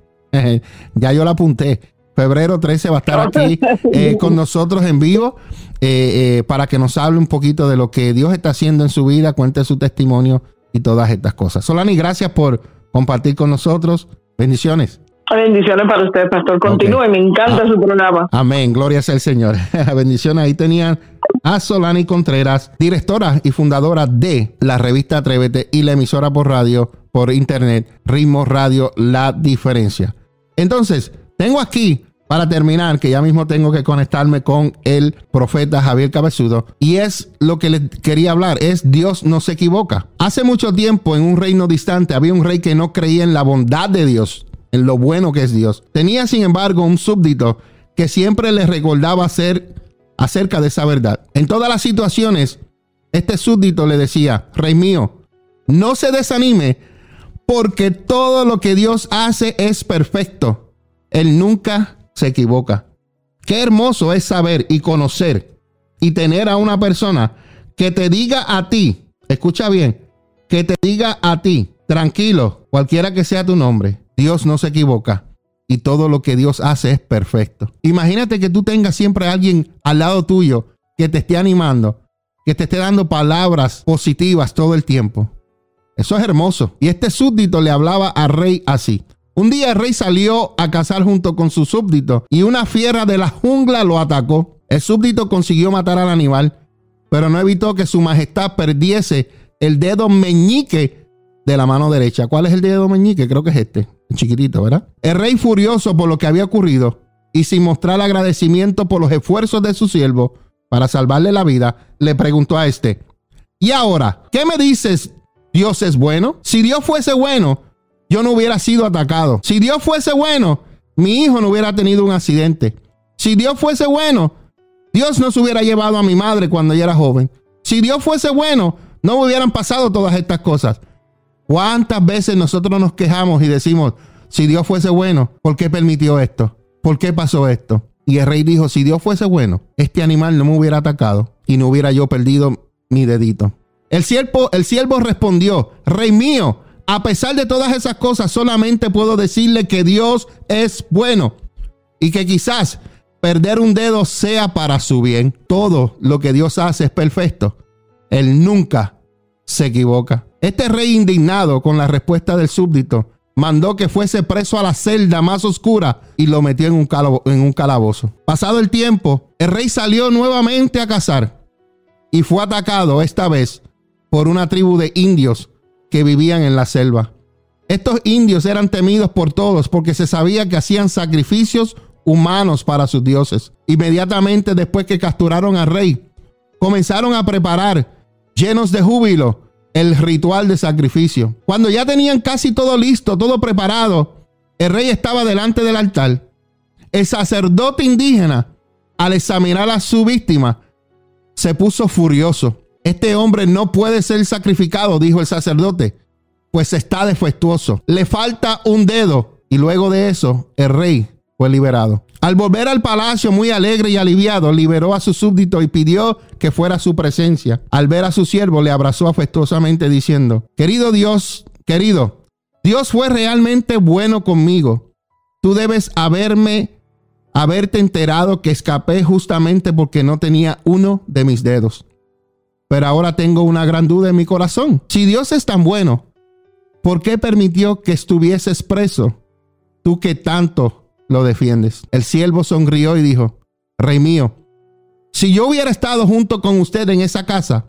S2: Ya yo la apunté. Febrero trece va a estar aquí eh, con nosotros en vivo eh, eh, para que nos hable un poquito de lo que Dios está haciendo en su vida, cuente su testimonio y todas estas cosas. Solani, gracias por compartir con nosotros. Bendiciones.
S4: Bendiciones para usted, pastor. Continúe, okay. Me encanta ah, su programa.
S2: Amén, gloria sea el Señor. Bendiciones. Ahí tenían a Solani Contreras, directora y fundadora de la revista Atrévete y la emisora por radio, por internet, Ritmo Radio, La Diferencia. Entonces, tengo aquí, para terminar, que ya mismo tengo que conectarme con el profeta Javier Cabezudo, y es lo que les quería hablar, es Dios no se equivoca. Hace mucho tiempo, en un reino distante, había un rey que no creía en la bondad de Dios, en lo bueno que es Dios. Tenía, sin embargo, un súbdito que siempre le recordaba hacer acerca de esa verdad. En todas las situaciones, este súbdito le decía, rey mío, no se desanime, porque todo lo que Dios hace es perfecto. Él nunca se equivoca. Qué hermoso es saber y conocer y tener a una persona que te diga a ti, escucha bien, que te diga a ti, tranquilo, cualquiera que sea tu nombre, Dios no se equivoca y todo lo que Dios hace es perfecto. Imagínate que tú tengas siempre a alguien al lado tuyo que te esté animando, que te esté dando palabras positivas todo el tiempo. Eso es hermoso. Y este súbdito le hablaba al rey así. Un día el rey salió a cazar junto con su súbdito y una fiera de la jungla lo atacó. El súbdito consiguió matar al animal, pero no evitó que su majestad perdiese el dedo meñique de la mano derecha. ¿Cuál es el dedo meñique? Creo que es este, chiquitito, ¿verdad? El rey, furioso por lo que había ocurrido y sin mostrar agradecimiento por los esfuerzos de su siervo para salvarle la vida, le preguntó a este: ¿y ahora qué me dices? ¿Dios es bueno? Si Dios fuese bueno, yo no hubiera sido atacado. Si Dios fuese bueno, mi hijo no hubiera tenido un accidente. Si Dios fuese bueno, Dios no se hubiera llevado a mi madre cuando ella era joven. Si Dios fuese bueno, no me hubieran pasado todas estas cosas. ¿Cuántas veces nosotros nos quejamos y decimos, si Dios fuese bueno, ¿por qué permitió esto? ¿Por qué pasó esto? Y el rey dijo, si Dios fuese bueno, este animal no me hubiera atacado y no hubiera yo perdido mi dedito. El siervo, el siervo respondió, rey mío, a pesar de todas esas cosas, solamente puedo decirle que Dios es bueno y que quizás perder un dedo sea para su bien. Todo lo que Dios hace es perfecto. Él nunca se equivoca. Este rey, indignado con la respuesta del súbdito, mandó que fuese preso a la celda más oscura y lo metió en un, calabo- en un calabozo. Pasado el tiempo, el rey salió nuevamente a cazar y fue atacado esta vez por una tribu de indios que vivían en la selva. Estos indios eran temidos por todos porque se sabía que hacían sacrificios humanos para sus dioses. Inmediatamente después que capturaron al rey, comenzaron a preparar, llenos de júbilo, el ritual de sacrificio. Cuando ya tenían casi todo listo, todo preparado, el rey estaba delante del altar. El sacerdote indígena al examinar a su víctima, se puso furioso. Este hombre no puede ser sacrificado, dijo el sacerdote, pues está defectuoso. Le falta un dedo. Y luego de eso, el rey fue liberado. Al volver al palacio muy alegre y aliviado, liberó a su súbdito y pidió que fuera a su presencia. Al ver a su siervo, le abrazó afectuosamente diciendo: querido Dios, querido, Dios fue realmente bueno conmigo. Tú debes haberme, haberte enterado que escapé justamente porque no tenía uno de mis dedos. Pero ahora tengo una gran duda en mi corazón. Si Dios es tan bueno, ¿por qué permitió que estuvieses preso? Tú que tanto lo defiendes. El siervo sonrió y dijo: rey mío, si yo hubiera estado junto con usted en esa casa,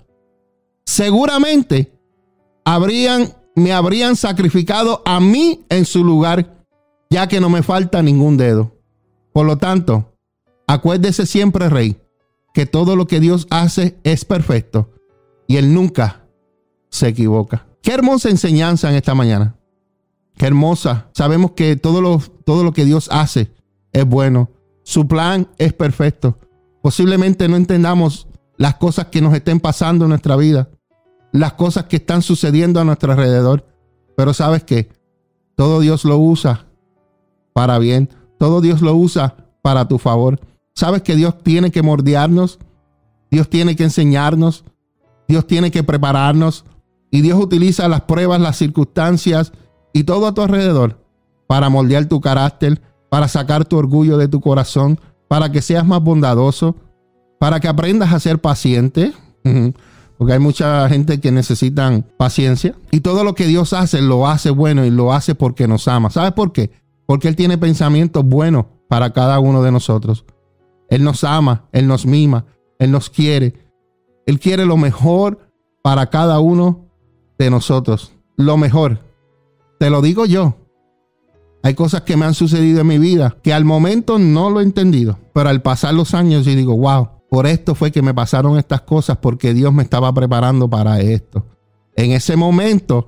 S2: seguramente habrían, me habrían sacrificado a mí en su lugar, ya que no me falta ningún dedo. Por lo tanto, acuérdese siempre, rey, que todo lo que Dios hace es perfecto y Él nunca se equivoca. Qué hermosa enseñanza en esta mañana. Qué hermosa. Sabemos que todo lo, todo lo que Dios hace es bueno. Su plan es perfecto. Posiblemente no entendamos las cosas que nos estén pasando en nuestra vida, las cosas que están sucediendo a nuestro alrededor. Pero ¿sabes qué? Todo Dios lo usa para bien. Todo Dios lo usa para tu favor. ¿Sabes que Dios tiene que moldearnos? Dios tiene que enseñarnos. Dios tiene que prepararnos. Y Dios utiliza las pruebas, las circunstancias y todo a tu alrededor para moldear tu carácter, para sacar tu orgullo de tu corazón, para que seas más bondadoso, para que aprendas a ser paciente, porque hay mucha gente que necesitan paciencia. Y todo lo que Dios hace, lo hace bueno y lo hace porque nos ama. ¿Sabes por qué? Porque Él tiene pensamientos buenos para cada uno de nosotros. Él nos ama, Él nos mima, Él nos quiere. Él quiere lo mejor para cada uno de nosotros. Lo mejor. Te lo digo yo. Hay cosas que me han sucedido en mi vida que al momento no lo he entendido. Pero al pasar los años yo digo, wow, por esto fue que me pasaron estas cosas, porque Dios me estaba preparando para esto. En ese momento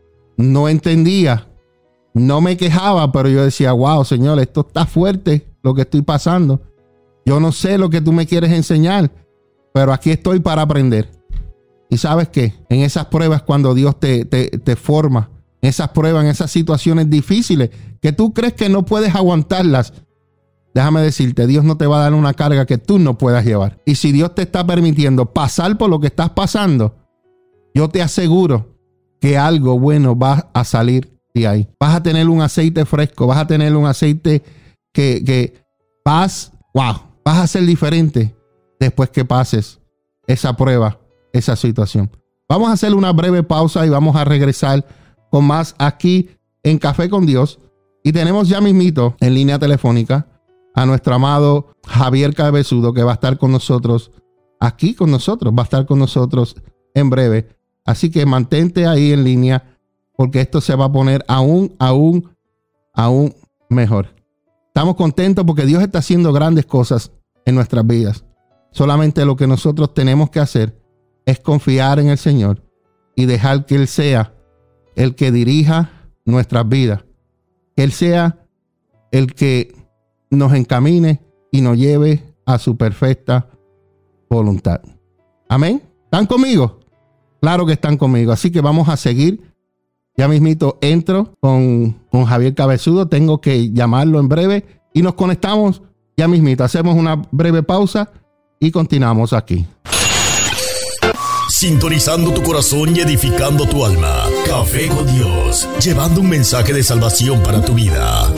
S2: no entendía. No me quejaba, pero yo decía, wow, Señor, esto está fuerte lo que estoy pasando. Yo no sé lo que tú me quieres enseñar, pero aquí estoy para aprender. Y ¿sabes qué? En esas pruebas, cuando Dios te, te, te forma, en esas pruebas, en esas situaciones difíciles que tú crees que no puedes aguantarlas, déjame decirte, Dios no te va a dar una carga que tú no puedas llevar. Y si Dios te está permitiendo pasar por lo que estás pasando, yo te aseguro que algo bueno va a salir de ahí. Vas a tener un aceite fresco, vas a tener un aceite que, que vas, wow, vas a ser diferente después que pases esa prueba, esa situación. Vamos a hacer una breve pausa y vamos a regresar con más aquí en Café con Dios. Y tenemos ya mismito en línea telefónica a nuestro amado Javier Cabezudo, que va a estar con nosotros aquí con nosotros, va a estar con nosotros en breve. Así que mantente ahí en línea, porque esto se va a poner aún, aún, aún mejor. Estamos contentos porque Dios está haciendo grandes cosas en nuestras vidas. Solamente lo que nosotros tenemos que hacer es confiar en el Señor y dejar que Él sea el que dirija nuestras vidas. Que Él sea el que nos encamine y nos lleve a su perfecta voluntad. Amén. ¿Están conmigo? Claro que están conmigo. Así que vamos a seguir. Ya mismito entro con, con Javier Cabezudo. Tengo que llamarlo en breve y nos conectamos ya mismito. Hacemos una breve pausa y continuamos aquí.
S1: Sintonizando tu corazón y edificando tu alma. Café con Dios, llevando un mensaje de salvación para tu vida.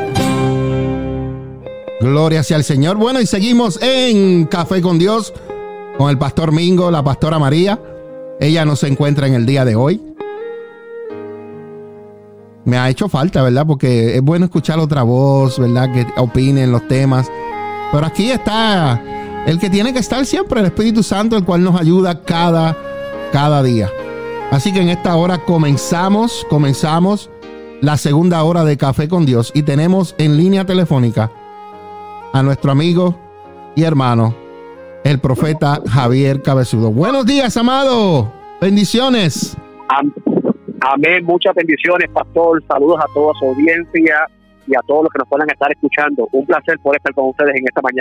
S2: Gloria sea al Señor. Bueno, y seguimos en Café con Dios con el pastor Mingo, la pastora María. Ella no se encuentra en el día de hoy. Me ha hecho falta, ¿verdad? Porque es bueno escuchar otra voz, ¿verdad? Que opine en los temas. Pero aquí está el que tiene que estar siempre, el Espíritu Santo, el cual nos ayuda cada, cada día. Así que en esta hora comenzamos, comenzamos la segunda hora de Café con Dios. Y tenemos en línea telefónica a nuestro amigo y hermano, el profeta Javier Cabezudo. Buenos días, amado. Bendiciones.
S5: Amén. Muchas bendiciones, pastor. Saludos a toda su audiencia y a todos los que nos puedan estar escuchando. Un placer poder estar con ustedes en esta mañana.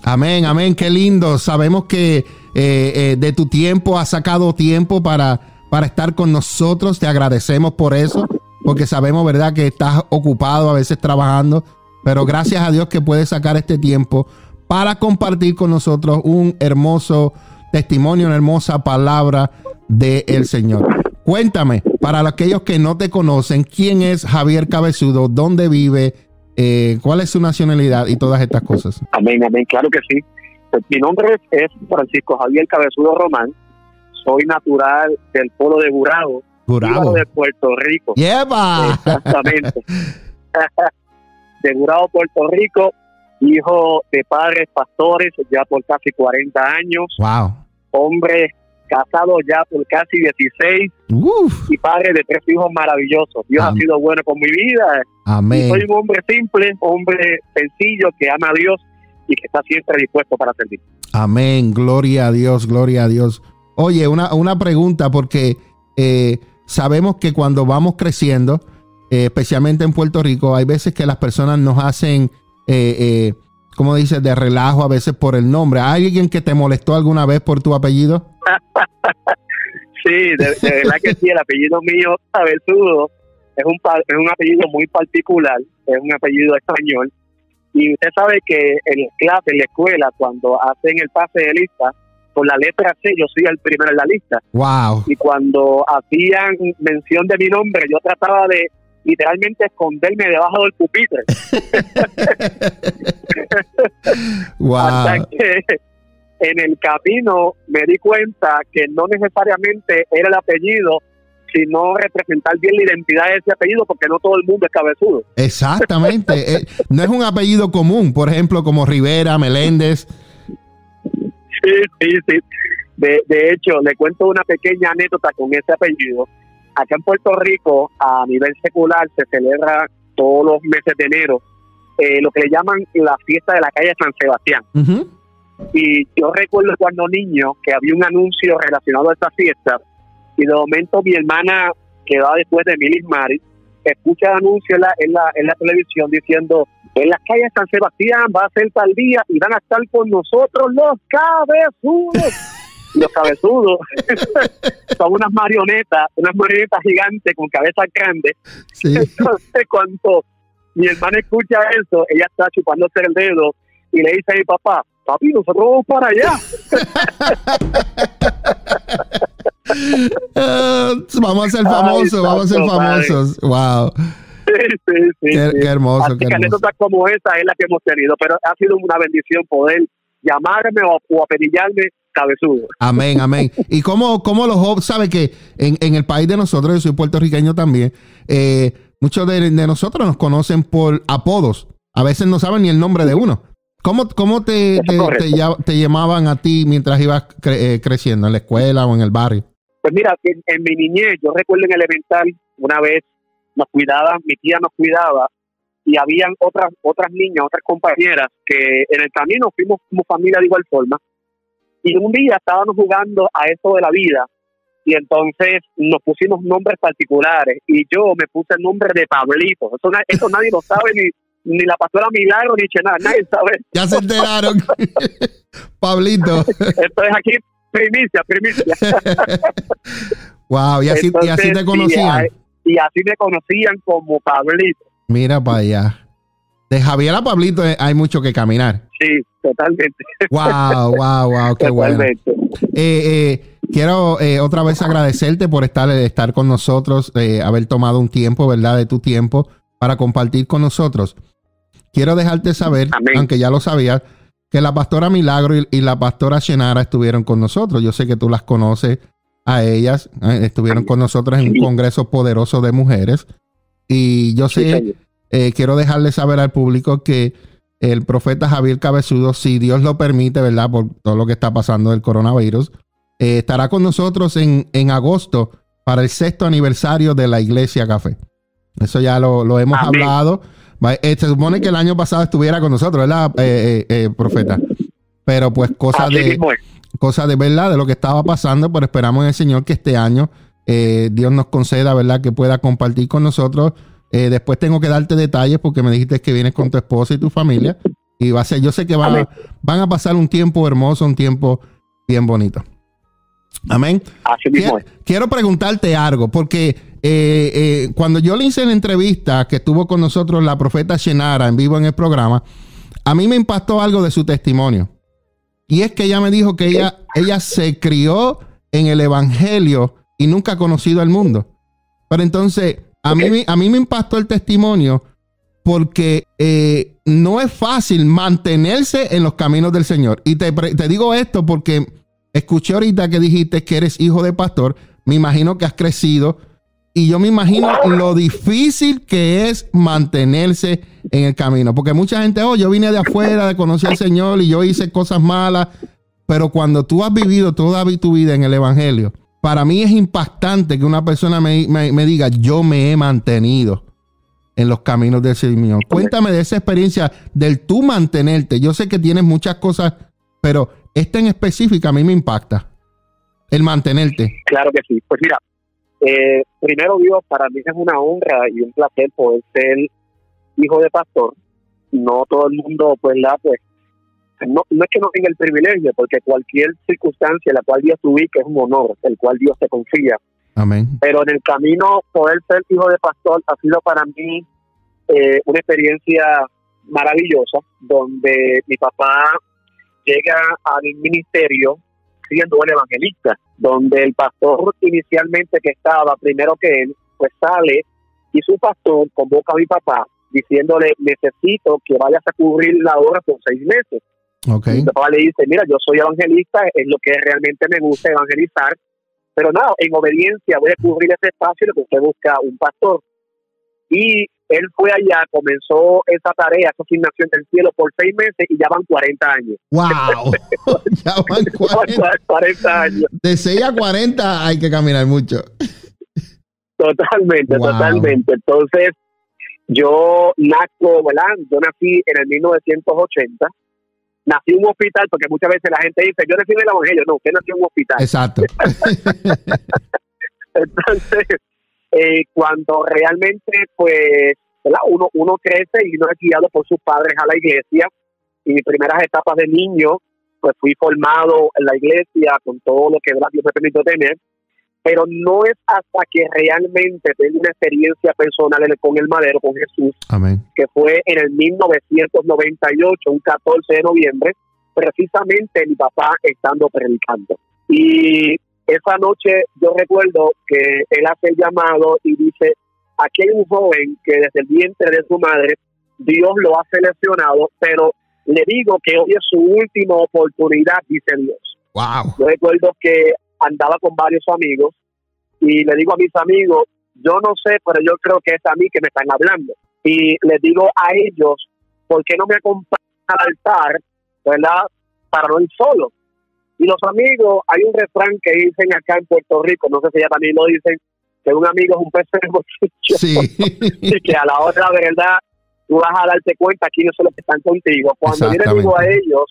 S2: Amén, amén, qué lindo. Sabemos que eh, eh, de tu tiempo has sacado tiempo para, para estar con nosotros. Te agradecemos por eso, porque sabemos, ¿verdad?, que estás ocupado, a veces trabajando, pero gracias a Dios que puedes sacar este tiempo para compartir con nosotros un hermoso testimonio, una hermosa palabra del Señor. Cuéntame, para aquellos que no te conocen, ¿quién es Javier Cabezudo? ¿Dónde vive? Eh, ¿Cuál es su nacionalidad? Y todas estas cosas.
S5: Amén, amén, claro que sí. Pues, mi nombre es Francisco Javier Cabezudo Román. Soy natural del pueblo de Gurabo,
S2: Gurabo.
S5: de Puerto Rico.
S2: ¡Lleva!
S5: Exactamente. De Gurabo, Puerto Rico, hijo de padres pastores ya por casi cuarenta años.
S2: Wow.
S5: Hombre casado ya por casi dieciséis. Uf. Y padre de tres hijos maravillosos. Dios Amén. Ha sido bueno con mi vida.
S2: Amén.
S5: Y soy un hombre simple, hombre sencillo que ama a Dios y que está siempre dispuesto para servir.
S2: Amén. Gloria a Dios, gloria a Dios. Oye, una, una pregunta, porque eh, sabemos que cuando vamos creciendo, eh, especialmente en Puerto Rico, hay veces que las personas nos hacen, eh, eh, como dices, de relajo a veces por el nombre. ¿Hay alguien que te molestó alguna vez por tu apellido?
S5: Sí, de, de verdad que sí. El apellido mío, Cabezudo, es un, es un apellido muy particular, es un apellido español. Y usted sabe que en clase, en la escuela, cuando hacen el pase de lista, por la letra C, yo soy el primero en la lista.
S2: Wow.
S5: Y cuando hacían mención de mi nombre, yo trataba de literalmente esconderme debajo del pupitre.
S2: Wow.
S5: Hasta que en el camino me di cuenta que no necesariamente era el apellido, sino representar bien la identidad de ese apellido, porque no todo el mundo es Cabezudo.
S2: Exactamente. eh, no es un apellido común, por ejemplo, como Rivera, Meléndez.
S5: Sí, sí, sí. De, de hecho, le cuento una pequeña anécdota con ese apellido. Acá en Puerto Rico, a nivel secular, se celebra todos los meses de enero eh, lo que le llaman la fiesta de la calle San Sebastián. Uh-huh. Y yo recuerdo cuando niño que había un anuncio relacionado a esta fiesta, y de momento mi hermana, que va después de Milis Mari, escucha el anuncio en la, en la, en la televisión diciendo: en las calles San Sebastián va a ser tal día y van a estar con nosotros los cabezudos. Los cabezudos son unas marionetas, unas marionetas gigantes con cabezas grandes. Sí. Entonces, cuando mi hermana escucha eso, ella está chupándose el dedo y le dice a mi papá: papi, nosotros vamos para allá.
S2: uh, vamos a ser famosos, Ay, vamos a ser famosos. Padre. Wow.
S5: Sí, sí, sí.
S2: Qué,
S5: sí.
S2: qué hermoso.
S5: Así
S2: qué
S5: que anécdotas como esa es la que hemos tenido, pero ha sido una bendición poder llamarme o, o apellillarme Cabezudo.
S2: Amén, amén. Y como, como los jóvenes, sabe que en, en el país de nosotros, yo soy puertorriqueño también, eh, muchos de, de nosotros nos conocen por apodos. A veces no saben ni el nombre de uno. ¿Cómo, cómo te, te, te, te llamaban a ti mientras ibas cre, eh, creciendo en la escuela o en el barrio?
S5: Pues mira, en, en mi niñez, yo recuerdo en elemental, una vez nos cuidaban, mi tía nos cuidaba, y habían otras otras niñas, otras compañeras, que en el camino fuimos como familia de igual forma, y un día estábamos jugando a eso de la vida, y entonces nos pusimos nombres particulares, y yo me puse el nombre de Pablito. Eso, eso nadie lo sabe, ni ni la pastora Milagro, ni Chenar, nadie sabe.
S2: Ya se enteraron. Pablito.
S5: Esto es aquí primicia, primicia.
S2: Wow, y así, entonces, y así te conocían.
S5: Y, y así me conocían como Pablito.
S2: Mira para allá. De Javier a Pablito hay mucho que caminar.
S5: Sí, totalmente.
S2: Wow, wow, wow, qué totalmente. Bueno. Eh, eh, quiero eh, otra vez agradecerte por estar, estar con nosotros, eh, haber tomado un tiempo, ¿verdad?, de tu tiempo para compartir con nosotros. Quiero dejarte saber, Amén. Aunque ya lo sabías, que la pastora Milagro y, y la pastora Shenara estuvieron con nosotros. Yo sé que tú las conoces a ellas. Eh, estuvieron Amén. Con nosotros en un congreso poderoso de mujeres. Y yo sé, sí, eh, quiero dejarle saber al público que el profeta Javier Cabezudo, si Dios lo permite, ¿verdad?, por todo lo que está pasando del coronavirus, eh, estará con nosotros en, en agosto para el sexto aniversario de la Iglesia Café. Eso ya lo, lo hemos Amén. Hablado. Se supone que el año pasado estuviera con nosotros, ¿verdad, eh, eh, eh, profeta? Pero pues cosas de, cosa de verdad de lo que estaba pasando, pero esperamos en el Señor que este año eh, Dios nos conceda, ¿verdad?, que pueda compartir con nosotros. Eh, después tengo que darte detalles porque me dijiste que vienes con tu esposa y tu familia. Y va a ser, yo sé que van a, van a pasar un tiempo hermoso, un tiempo bien bonito. Amén.
S5: Así mismo.
S2: Quiero, quiero preguntarte algo, porque eh, eh, cuando yo le hice la entrevista que estuvo con nosotros la profeta Shenara en vivo en el programa, a mí me impactó algo de su testimonio. Y es que ella me dijo que ella, ella se crió en el evangelio y nunca ha conocido el mundo. Pero entonces, a, okay. mí, a mí me impactó el testimonio porque eh, no es fácil mantenerse en los caminos del Señor. Y te, te digo esto porque escuché ahorita que dijiste que eres hijo de pastor. Me imagino que has crecido. Y yo me imagino lo difícil que es mantenerse en el camino. Porque mucha gente, oh, yo vine de afuera de conocer al Señor y yo hice cosas malas. Pero cuando tú has vivido toda tu vida en el evangelio, para mí es impactante que una persona me, me, me diga, yo me he mantenido en los caminos del Señor. Cuéntame de esa experiencia del tú mantenerte. Yo sé que tienes muchas cosas, pero esta en específica a mí me impacta. El mantenerte.
S5: Claro que sí. Pues mira, eh, primero Dios, para mí es una honra y un placer poder ser hijo de pastor. No todo el mundo, pues, la, pues, no, no es que no tenga el privilegio, porque cualquier circunstancia en la cual Dios te ubica es un honor, el cual Dios te confía.
S2: Amén.
S5: Pero en el camino, poder ser hijo de pastor ha sido para mí eh, una experiencia maravillosa, donde mi papá llega al ministerio siendo el evangelista, donde el pastor inicialmente que estaba primero que él, pues sale y su pastor convoca a mi papá diciéndole, necesito que vayas a cubrir la obra por seis meses.
S2: Okay.
S5: Y mi papá le dice, mira, yo soy evangelista, es lo que realmente me gusta, evangelizar, pero nada, en obediencia voy a cubrir ese espacio, lo que usted busca un pastor. Y él fue allá, comenzó esa tarea, esa asignación del cielo por seis meses y ya van cuarenta años.
S2: ¡Wow! Ya van cuarenta.
S5: cuarenta años.
S2: De seis a cuarenta hay que caminar mucho.
S5: Totalmente, wow. totalmente. Entonces, yo nazco, ¿verdad? Yo nací en el mil novecientos ochenta. Nací en un hospital, porque muchas veces la gente dice, yo nací en el evangelio. No, usted nació en un hospital.
S2: Exacto.
S5: Entonces, eh, cuando realmente, pues, ¿verdad? Uno, uno crece y uno es guiado por sus padres a la iglesia. Y mis primeras etapas de niño, pues fui formado en la iglesia con todo lo que ¿verdad? Dios me permitió tener. Pero no es hasta que realmente tengo una experiencia personal con el madero, con Jesús,
S2: Amén.
S5: Que fue en el mil novecientos noventa y ocho, un catorce de noviembre, precisamente mi papá estando predicando. Y esa noche yo recuerdo que él hace el llamado y dice, aquí hay un joven que desde el vientre de su madre, Dios lo ha seleccionado, pero le digo que hoy es su última oportunidad, dice Dios.
S2: Wow.
S5: Yo recuerdo que andaba con varios amigos y le digo a mis amigos, yo no sé, pero yo creo que es a mí que me están hablando. Y les digo a ellos, ¿por qué no me acompañan al altar, verdad? Para no ir solo. Y los amigos, hay un refrán que dicen acá en Puerto Rico, no sé si ya también lo dicen, que un amigo es un pez en el bolsillo.
S2: Sí.
S5: Y que a la hora de verdad, tú vas a darte cuenta quiénes son los que están contigo. Cuando yo les digo a ellos,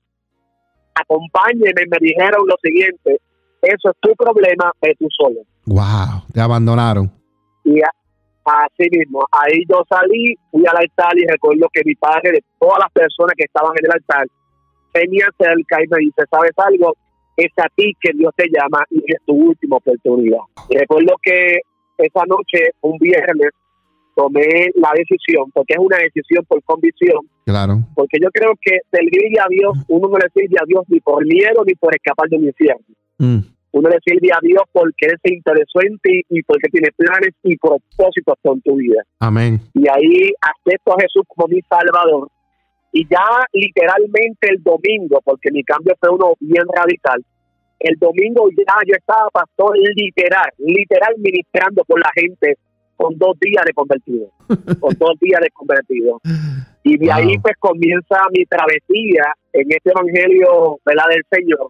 S5: acompáñenme, me dijeron lo siguiente, eso es tu problema, ve tú solo.
S2: Wow, te abandonaron.
S5: Y a, así mismo, ahí yo salí, fui al altar y recuerdo que mi padre, de todas las personas que estaban en el altar, venía cerca y me dice, ¿sabes algo? Es a ti que Dios te llama y es tu última oportunidad. Y recuerdo que esa noche, un viernes, tomé la decisión, porque es una decisión por convicción.
S2: Claro. Porque
S5: yo creo que servirle a Dios, uno no le sirve a Dios ni por miedo ni por escapar de un infierno. Mm. Uno le sirve a Dios porque Él se interesó en ti y porque tiene planes y propósitos con tu vida.
S2: Amén.
S5: Y ahí acepto a Jesús como mi Salvador. Y ya literalmente el domingo, porque mi cambio fue uno bien radical, el domingo ya yo estaba pastor literal, literal ministrando por la gente con dos días de convertido, con dos días de convertido. Y de wow. ahí pues comienza mi travesía en este evangelio, ¿verdad? Del Señor.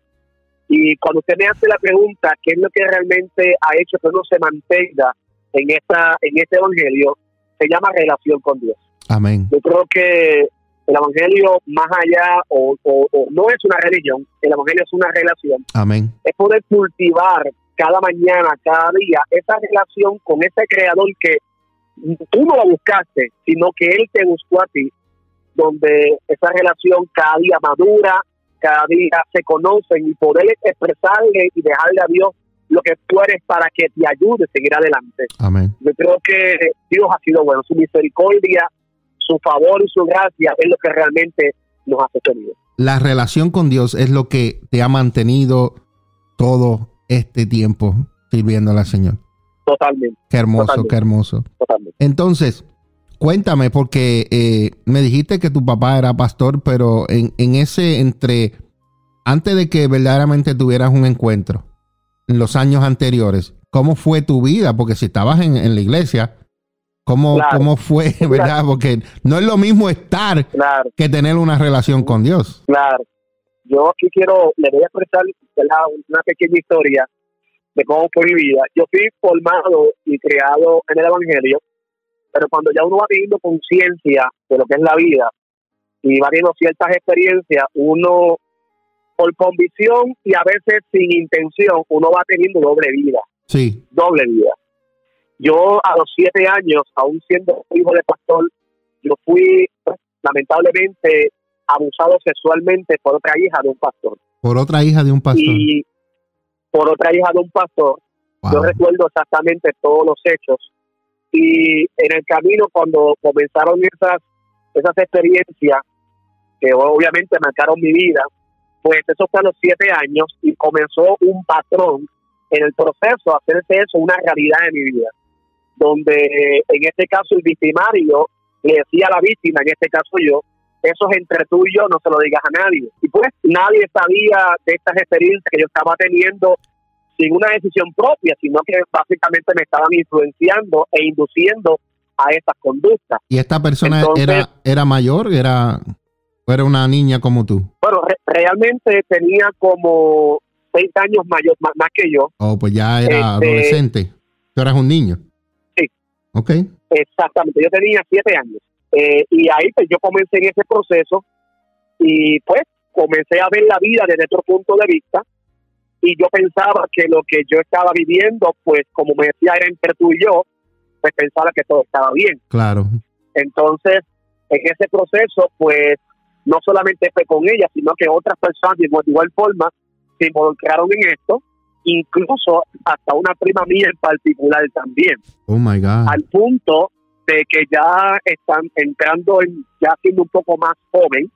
S5: Y cuando usted me hace la pregunta, ¿qué es lo que realmente ha hecho que uno se mantenga en esta en este evangelio? Se llama relación con Dios.
S2: Amén.
S5: Yo creo que el evangelio, más allá, o, o, o no es una religión, el evangelio es una relación.
S2: Amén.
S5: Es poder cultivar cada mañana, cada día, esa relación con ese creador que tú no lo buscaste, sino que Él te buscó a ti. donde esa relación cada día madura, cada día se conocen y poder expresarle y dejarle a Dios lo que tú eres para que te ayude a seguir adelante.
S2: Amén.
S5: Yo creo que Dios ha sido bueno, su misericordia, su favor y su gracia es lo que realmente nos ha sostenido.
S2: La relación con Dios es lo que te ha mantenido todo este tiempo sirviéndole al Señor.
S5: Totalmente.
S2: Qué hermoso,
S5: totalmente,
S2: qué hermoso.
S5: Totalmente.
S2: Entonces, cuéntame, porque eh, me dijiste que tu papá era pastor, pero en, en ese entre, antes de que verdaderamente tuvieras un encuentro, en los años anteriores, ¿cómo fue tu vida? Porque si estabas en, en la iglesia, ¿cómo,
S5: claro. ¿cómo
S2: fue, verdad? Claro. Porque no es lo mismo estar
S5: claro.
S2: que tener una relación con Dios.
S5: Claro. Yo aquí quiero, le voy a expresar una pequeña historia de cómo fue mi vida. Yo fui formado y criado en el Evangelio, pero cuando ya uno va teniendo conciencia de lo que es la vida y va teniendo ciertas experiencias, uno, por convicción y a veces sin intención, uno va teniendo doble vida.
S2: Sí.
S5: Doble vida. Yo a los siete años, aún siendo hijo de pastor, yo fui pues, lamentablemente abusado sexualmente por otra hija de un pastor.
S2: Por otra hija de un pastor.
S5: Y por otra hija de un pastor. Wow. Yo recuerdo exactamente todos los hechos. Y en el camino, cuando comenzaron esas, esas experiencias, que obviamente marcaron mi vida, pues eso fue a los siete años y comenzó un patrón en el proceso de hacerse eso una realidad en mi vida. Donde en este caso el victimario le decía a la víctima, en este caso yo, eso es entre tú y yo, no se lo digas a nadie. Y pues nadie sabía de estas experiencias que yo estaba teniendo sin una decisión propia, sino que básicamente me estaban influenciando e induciendo a estas conductas.
S2: ¿Y esta persona Entonces, era era mayor? ¿Era, era una niña como tú?
S5: Bueno, re- realmente tenía como seis años mayor, más, más que yo.
S2: Oh, pues ya era este, adolescente. Tú eras un niño.
S5: Sí.
S2: Ok.
S5: Exactamente, yo tenía siete años. Eh, y ahí pues yo comencé en ese proceso y pues comencé a ver la vida desde otro punto de vista y yo pensaba que lo que yo estaba viviendo, pues como me decía era entre tú y yo, pues pensaba que todo estaba bien.
S2: Claro.
S5: Entonces, en ese proceso, pues no solamente fue con ella, sino que otras personas de igual, de igual forma se involucraron en esto, incluso hasta una prima mía en particular también.
S2: Oh my God.
S5: Al punto de que ya están entrando en, ya siendo un poco más joven,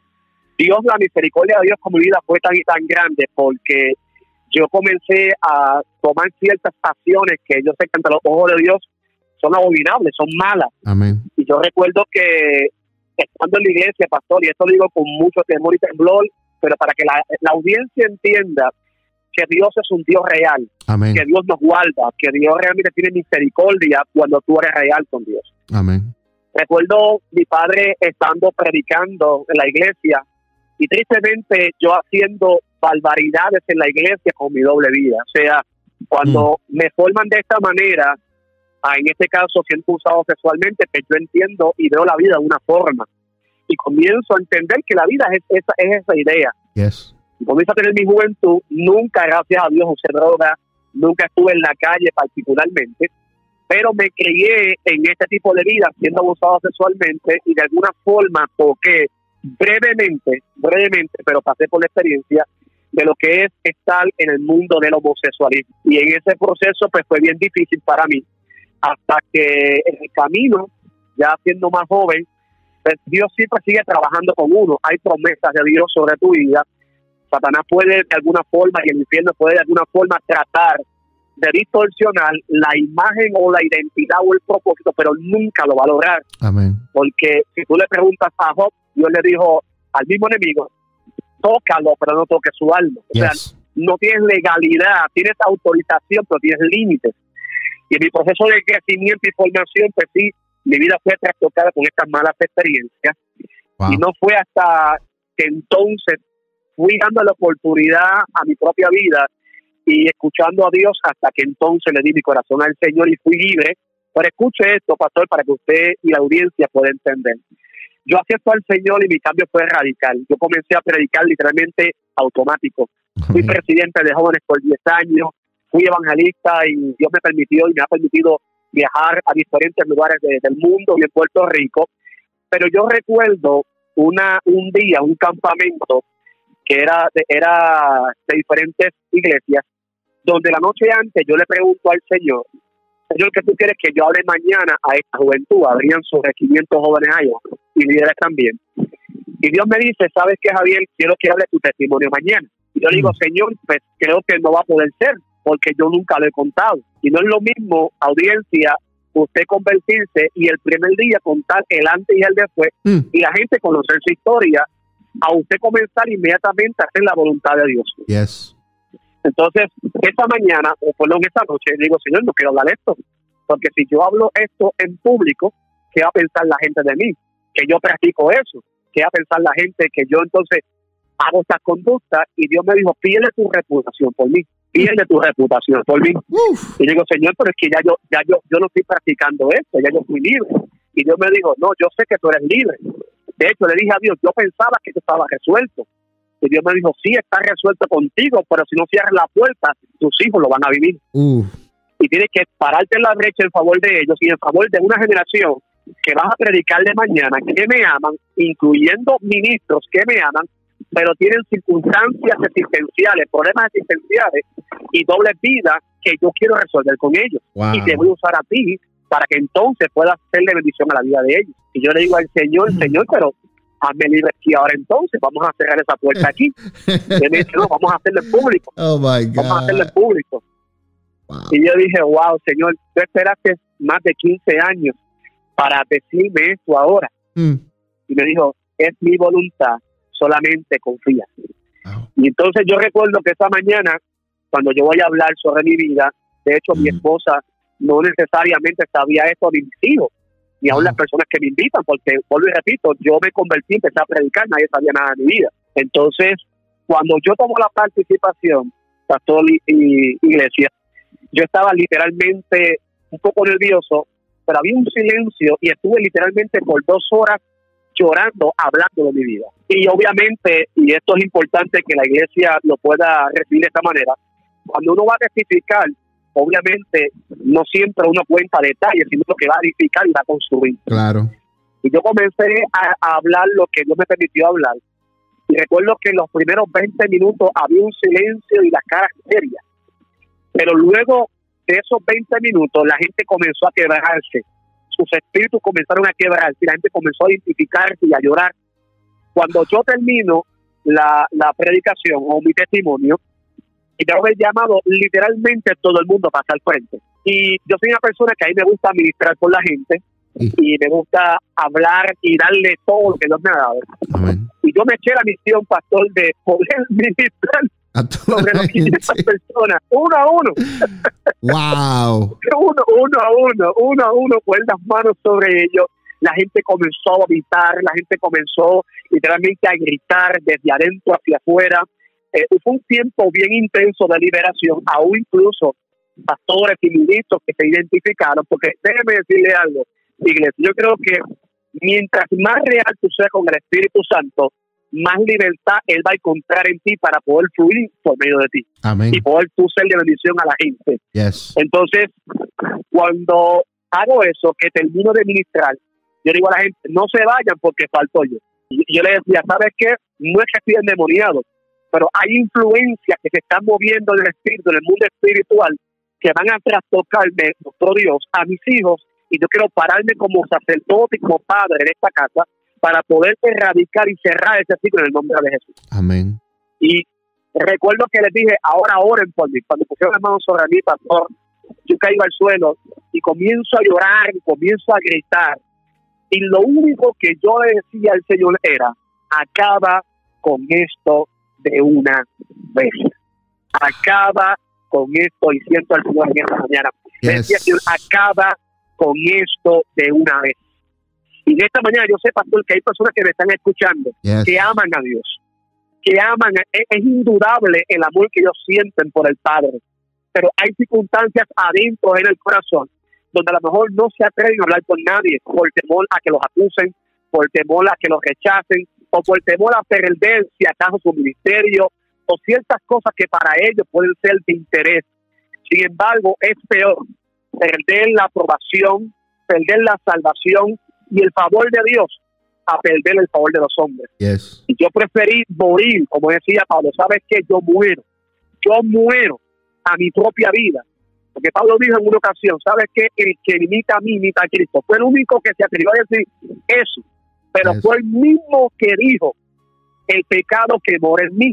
S5: Dios, la misericordia de Dios con mi vida fue tan y tan grande porque yo comencé a tomar ciertas acciones que yo sé que ante los ojos de Dios son abominables, son malas.
S2: Amén.
S5: Y yo recuerdo que estando en la iglesia, pastor, y esto lo digo con mucho temor y temblor, pero para que la, la audiencia entienda que Dios es un Dios real.
S2: Amén.
S5: Que Dios nos guarda, que Dios realmente tiene misericordia cuando tú eres real con Dios.
S2: Amén.
S5: Recuerdo mi padre estando predicando en la iglesia y tristemente yo haciendo barbaridades en la iglesia con mi doble vida. O sea, cuando mm. me forman de esta manera, ah, en este caso siendo usado sexualmente, pues yo entiendo y veo la vida de una forma. Y comienzo a entender que la vida es esa, es esa idea.
S2: Yes.
S5: Y comienzo a tener mi juventud, nunca, gracias a Dios, usé droga, nunca estuve en la calle particularmente, pero me crié en este tipo de vida, siendo abusado sexualmente, y de alguna forma toqué brevemente, brevemente, pero pasé por la experiencia de lo que es estar en el mundo del homosexualismo. Y en ese proceso, pues fue bien difícil para mí, hasta que en el camino, ya siendo más joven, pues Dios siempre sigue trabajando con uno. Hay promesas de Dios sobre tu vida. Satanás puede de alguna forma y el infierno puede de alguna forma tratar de distorsionar la imagen o la identidad o el propósito, pero nunca lo va a lograr.
S2: Amén.
S5: Porque si tú le preguntas a Job, Dios le dijo al mismo enemigo, tócalo, pero no toques su alma. O
S2: yes.
S5: sea, no tienes legalidad, tienes autorización, pero tienes límites. Y en mi proceso de crecimiento y formación, pues sí, mi vida fue trastocada con estas malas experiencias. Wow. Y no fue hasta que entonces fui dando la oportunidad a mi propia vida y escuchando a Dios hasta que entonces le di mi corazón al Señor y fui libre. Pero escuche esto, pastor, para que usted y la audiencia pueda entender. Yo acepto al Señor y mi cambio fue radical. Yo comencé a predicar literalmente automático. Fui presidente de jóvenes por diez años, fui evangelista y Dios me permitió y me ha permitido viajar a diferentes lugares de, del mundo y en Puerto Rico. Pero yo recuerdo una un día, un campamento que era de, era de diferentes iglesias, donde la noche antes yo le pregunto al Señor, Señor, ¿qué tú quieres que yo hable mañana a esta juventud? Habrían sobre quinientos jóvenes allá y líderes también. Y Dios me dice, ¿sabes qué, Javier? Quiero que hable tu testimonio mañana. Y yo le digo, Señor, pues creo que no va a poder ser, porque yo nunca lo he contado. Y no es lo mismo, audiencia, usted convertirse y el primer día contar el antes y el después, mm. y la gente conocer su historia, a usted comenzar inmediatamente a hacer la voluntad de Dios.
S2: Yes.
S5: Entonces, esta mañana, o por lo menos esta noche, digo, Señor, no quiero hablar esto, porque si yo hablo esto en público, ¿qué va a pensar la gente de mí? Que yo practico eso. ¿Qué va a pensar la gente? Que yo entonces hago estas conductas. Y Dios me dijo, pierde tu reputación por mí, pierde tu reputación por mí. Uf. Y digo, Señor, pero es que ya yo ya yo, yo no estoy practicando esto, ya yo fui libre. Y Dios me dijo, no, yo sé que tú eres libre. De hecho, le dije a Dios, yo pensaba que esto estaba resuelto. Y Dios me dijo, sí, está resuelto contigo, pero si no cierras la puerta, tus hijos lo van a vivir. Uf. Y tienes que pararte en la brecha en favor de ellos y en favor de una generación que vas a predicar de mañana, que me aman, incluyendo ministros que me aman, pero tienen circunstancias existenciales, problemas existenciales y doble vida que yo quiero resolver con ellos. Wow. Y te voy a usar a ti para que entonces puedas hacerle bendición a la vida de ellos. Y yo le digo al Señor, Señor, pero hazme libre aquí ahora entonces, vamos a cerrar esa puerta aquí. Y él me dice, no, vamos a hacerlo en público.
S2: Oh my God.
S5: Vamos a hacerlo en público. Wow. Y yo dije, wow, Señor, tú esperaste más de quince años para decirme esto ahora. Mm. Y me dijo, es mi voluntad, solamente confía. Wow. Y entonces yo recuerdo que esa mañana, cuando yo voy a hablar sobre mi vida, de hecho mm. mi esposa no necesariamente sabía esto de mis hijos, ni aún wow. las personas que me invitan, porque, vuelvo y repito, yo me convertí, empecé a predicar, nadie sabía nada de mi vida. Entonces, cuando yo tomo la participación, pastor y, y iglesia, yo estaba literalmente un poco nervioso, pero había un silencio y estuve literalmente por dos horas llorando, hablando de mi vida. Y obviamente, y esto es importante que la iglesia lo pueda recibir de esta manera, cuando uno va a testificar, obviamente no siempre uno cuenta detalles, sino lo que va a edificar y va a construir.
S2: Claro.
S5: Y yo comencé a, a hablar lo que Dios me permitió hablar. Y recuerdo que en los primeros veinte minutos había un silencio y las caras serias. Pero luego de esos veinte minutos, la gente comenzó a quebrarse. Sus espíritus comenzaron a quebrarse y la gente comenzó a identificarse y a llorar. Cuando yo termino la, la predicación o mi testimonio, y tengo el llamado, literalmente todo el mundo pasa al frente. Y yo soy una persona que a mí me gusta administrar con la gente, sí. y me gusta hablar y darle todo lo que Dios me ha dado. Amén. Y yo me eché la misión, pastor, de poder ministrar sobre las quinientas personas, uno a uno.
S2: Wow.
S5: uno, uno a uno, uno a uno, poner las manos sobre ellos. La gente comenzó a gritar, la gente comenzó literalmente a gritar desde adentro hacia afuera. Eh, fue un tiempo bien intenso de liberación, aún incluso pastores y ministros que se identificaron, porque déjeme decirle algo, iglesia, yo creo que mientras más real tú seas con el Espíritu Santo, más libertad Él va a encontrar en ti para poder fluir por medio de ti.
S2: Amén.
S5: Y poder tú ser de bendición a la gente.
S2: Yes.
S5: Entonces, cuando hago eso, que termino de ministrar, yo digo a la gente, no se vayan porque falto yo. Y yo le decía, ¿sabes qué? No es que estoy endemoniado, pero hay influencias que se están moviendo en el espíritu, en el mundo espiritual, que van a trastocarme, nuestro Dios, a mis hijos, y yo quiero pararme como sacerdote y como padre de esta casa para poder erradicar y cerrar ese ciclo en el nombre de Jesús.
S2: Amén.
S5: Y recuerdo que les dije, ahora oren por mí. Cuando pusieron las manos sobre mí, pastor, yo caigo al suelo y comienzo a llorar y comienzo a gritar. Y lo único que yo le decía al Señor era, acaba con esto de una vez. Acaba con esto, y siento al Señor en esta mañana. Yes. Le decía, Señor, acaba con esto de una vez. Y en esta mañana yo sé, pastor, que hay personas que me están escuchando, yes. que aman a Dios, que aman, es, es indudable el amor que ellos sienten por el Padre, pero hay circunstancias adentro en el corazón donde a lo mejor no se atreven a hablar con nadie por temor a que los acusen, por temor a que los rechacen, o por temor a perder si acaso su ministerio, o ciertas cosas que para ellos pueden ser de interés. Sin embargo, es peor perder la aprobación, perder la salvación y el favor de Dios a perder el favor de los hombres.
S2: Yes.
S5: Y yo preferí morir, como decía Pablo, ¿sabes qué? Yo muero, yo muero a mi propia vida. Porque Pablo dijo en una ocasión, ¿sabes qué? El que imita a mí, imita a Cristo. Fue el único que se atrevió a decir eso, pero
S2: Yes.
S5: fue el mismo que dijo, el pecado que mora en mí.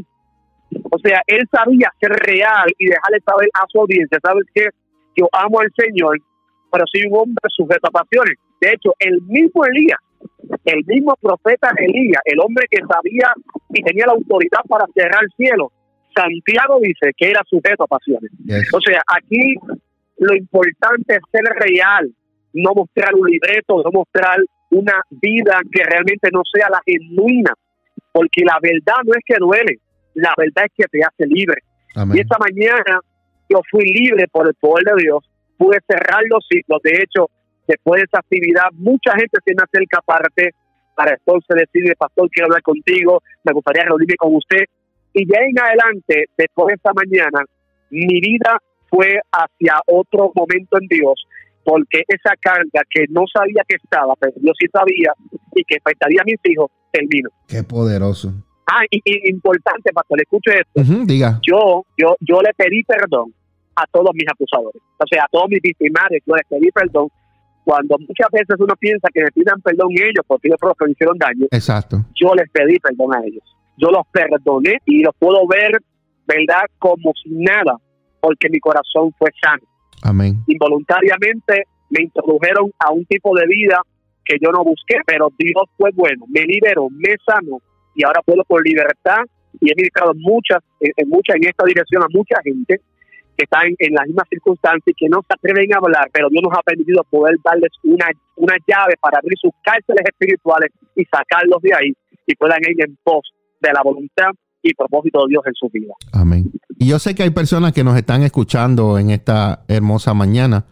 S5: O sea, él sabía ser real y dejarle saber a su audiencia, ¿sabes qué? Yo amo al Señor, pero soy un hombre sujeto a pasiones. De hecho, el mismo Elías, el mismo profeta Elías, el hombre que sabía y tenía la autoridad para cerrar el cielo, Santiago dice que era sujeto a pasiones.
S2: Yes.
S5: O sea, aquí lo importante es ser real, no mostrar un libreto, no mostrar una vida que realmente no sea la genuina, porque la verdad no es que duele, la verdad es que te hace libre.
S2: Amén.
S5: Y esta mañana yo fui libre por el poder de Dios, pude cerrar los ciclos. De hecho, después de esa actividad, mucha gente se me acerca aparte para entonces decirle, pastor, quiero hablar contigo, me gustaría reunirme con usted. Y ya en adelante, después de esta mañana, mi vida fue hacia otro momento en Dios, porque esa carga que no sabía que estaba, pero yo sí sabía y que afectaría a mis hijos, terminó.
S2: Qué poderoso.
S5: Ah, y, y importante, pastor, escuche esto.
S2: Uh-huh, diga.
S5: Yo, yo, yo le pedí perdón a todos mis acusadores, o sea, a todos mis victimarios, yo les pedí perdón. Cuando muchas veces uno piensa que me pidan perdón ellos porque ellos fueron los que me hicieron daño,
S2: Exacto.
S5: yo les pedí perdón a ellos. Yo los perdoné y los puedo ver, ¿verdad?, como si nada, porque mi corazón fue sano.
S2: Amén.
S5: Involuntariamente me introdujeron a un tipo de vida que yo no busqué, pero Dios fue bueno, me liberó, me sanó, y ahora puedo por libertad, y he ministrado muchas, en, en, muchas, en esta dirección a mucha gente que está en, en las mismas circunstancias y que no se atreven a hablar, pero Dios nos ha permitido poder darles una, una llave para abrir sus cárceles espirituales y sacarlos de ahí y puedan ir en pos de la voluntad y propósito de Dios en su vida.
S2: Amén. Y yo sé que hay personas que nos están escuchando en esta hermosa mañana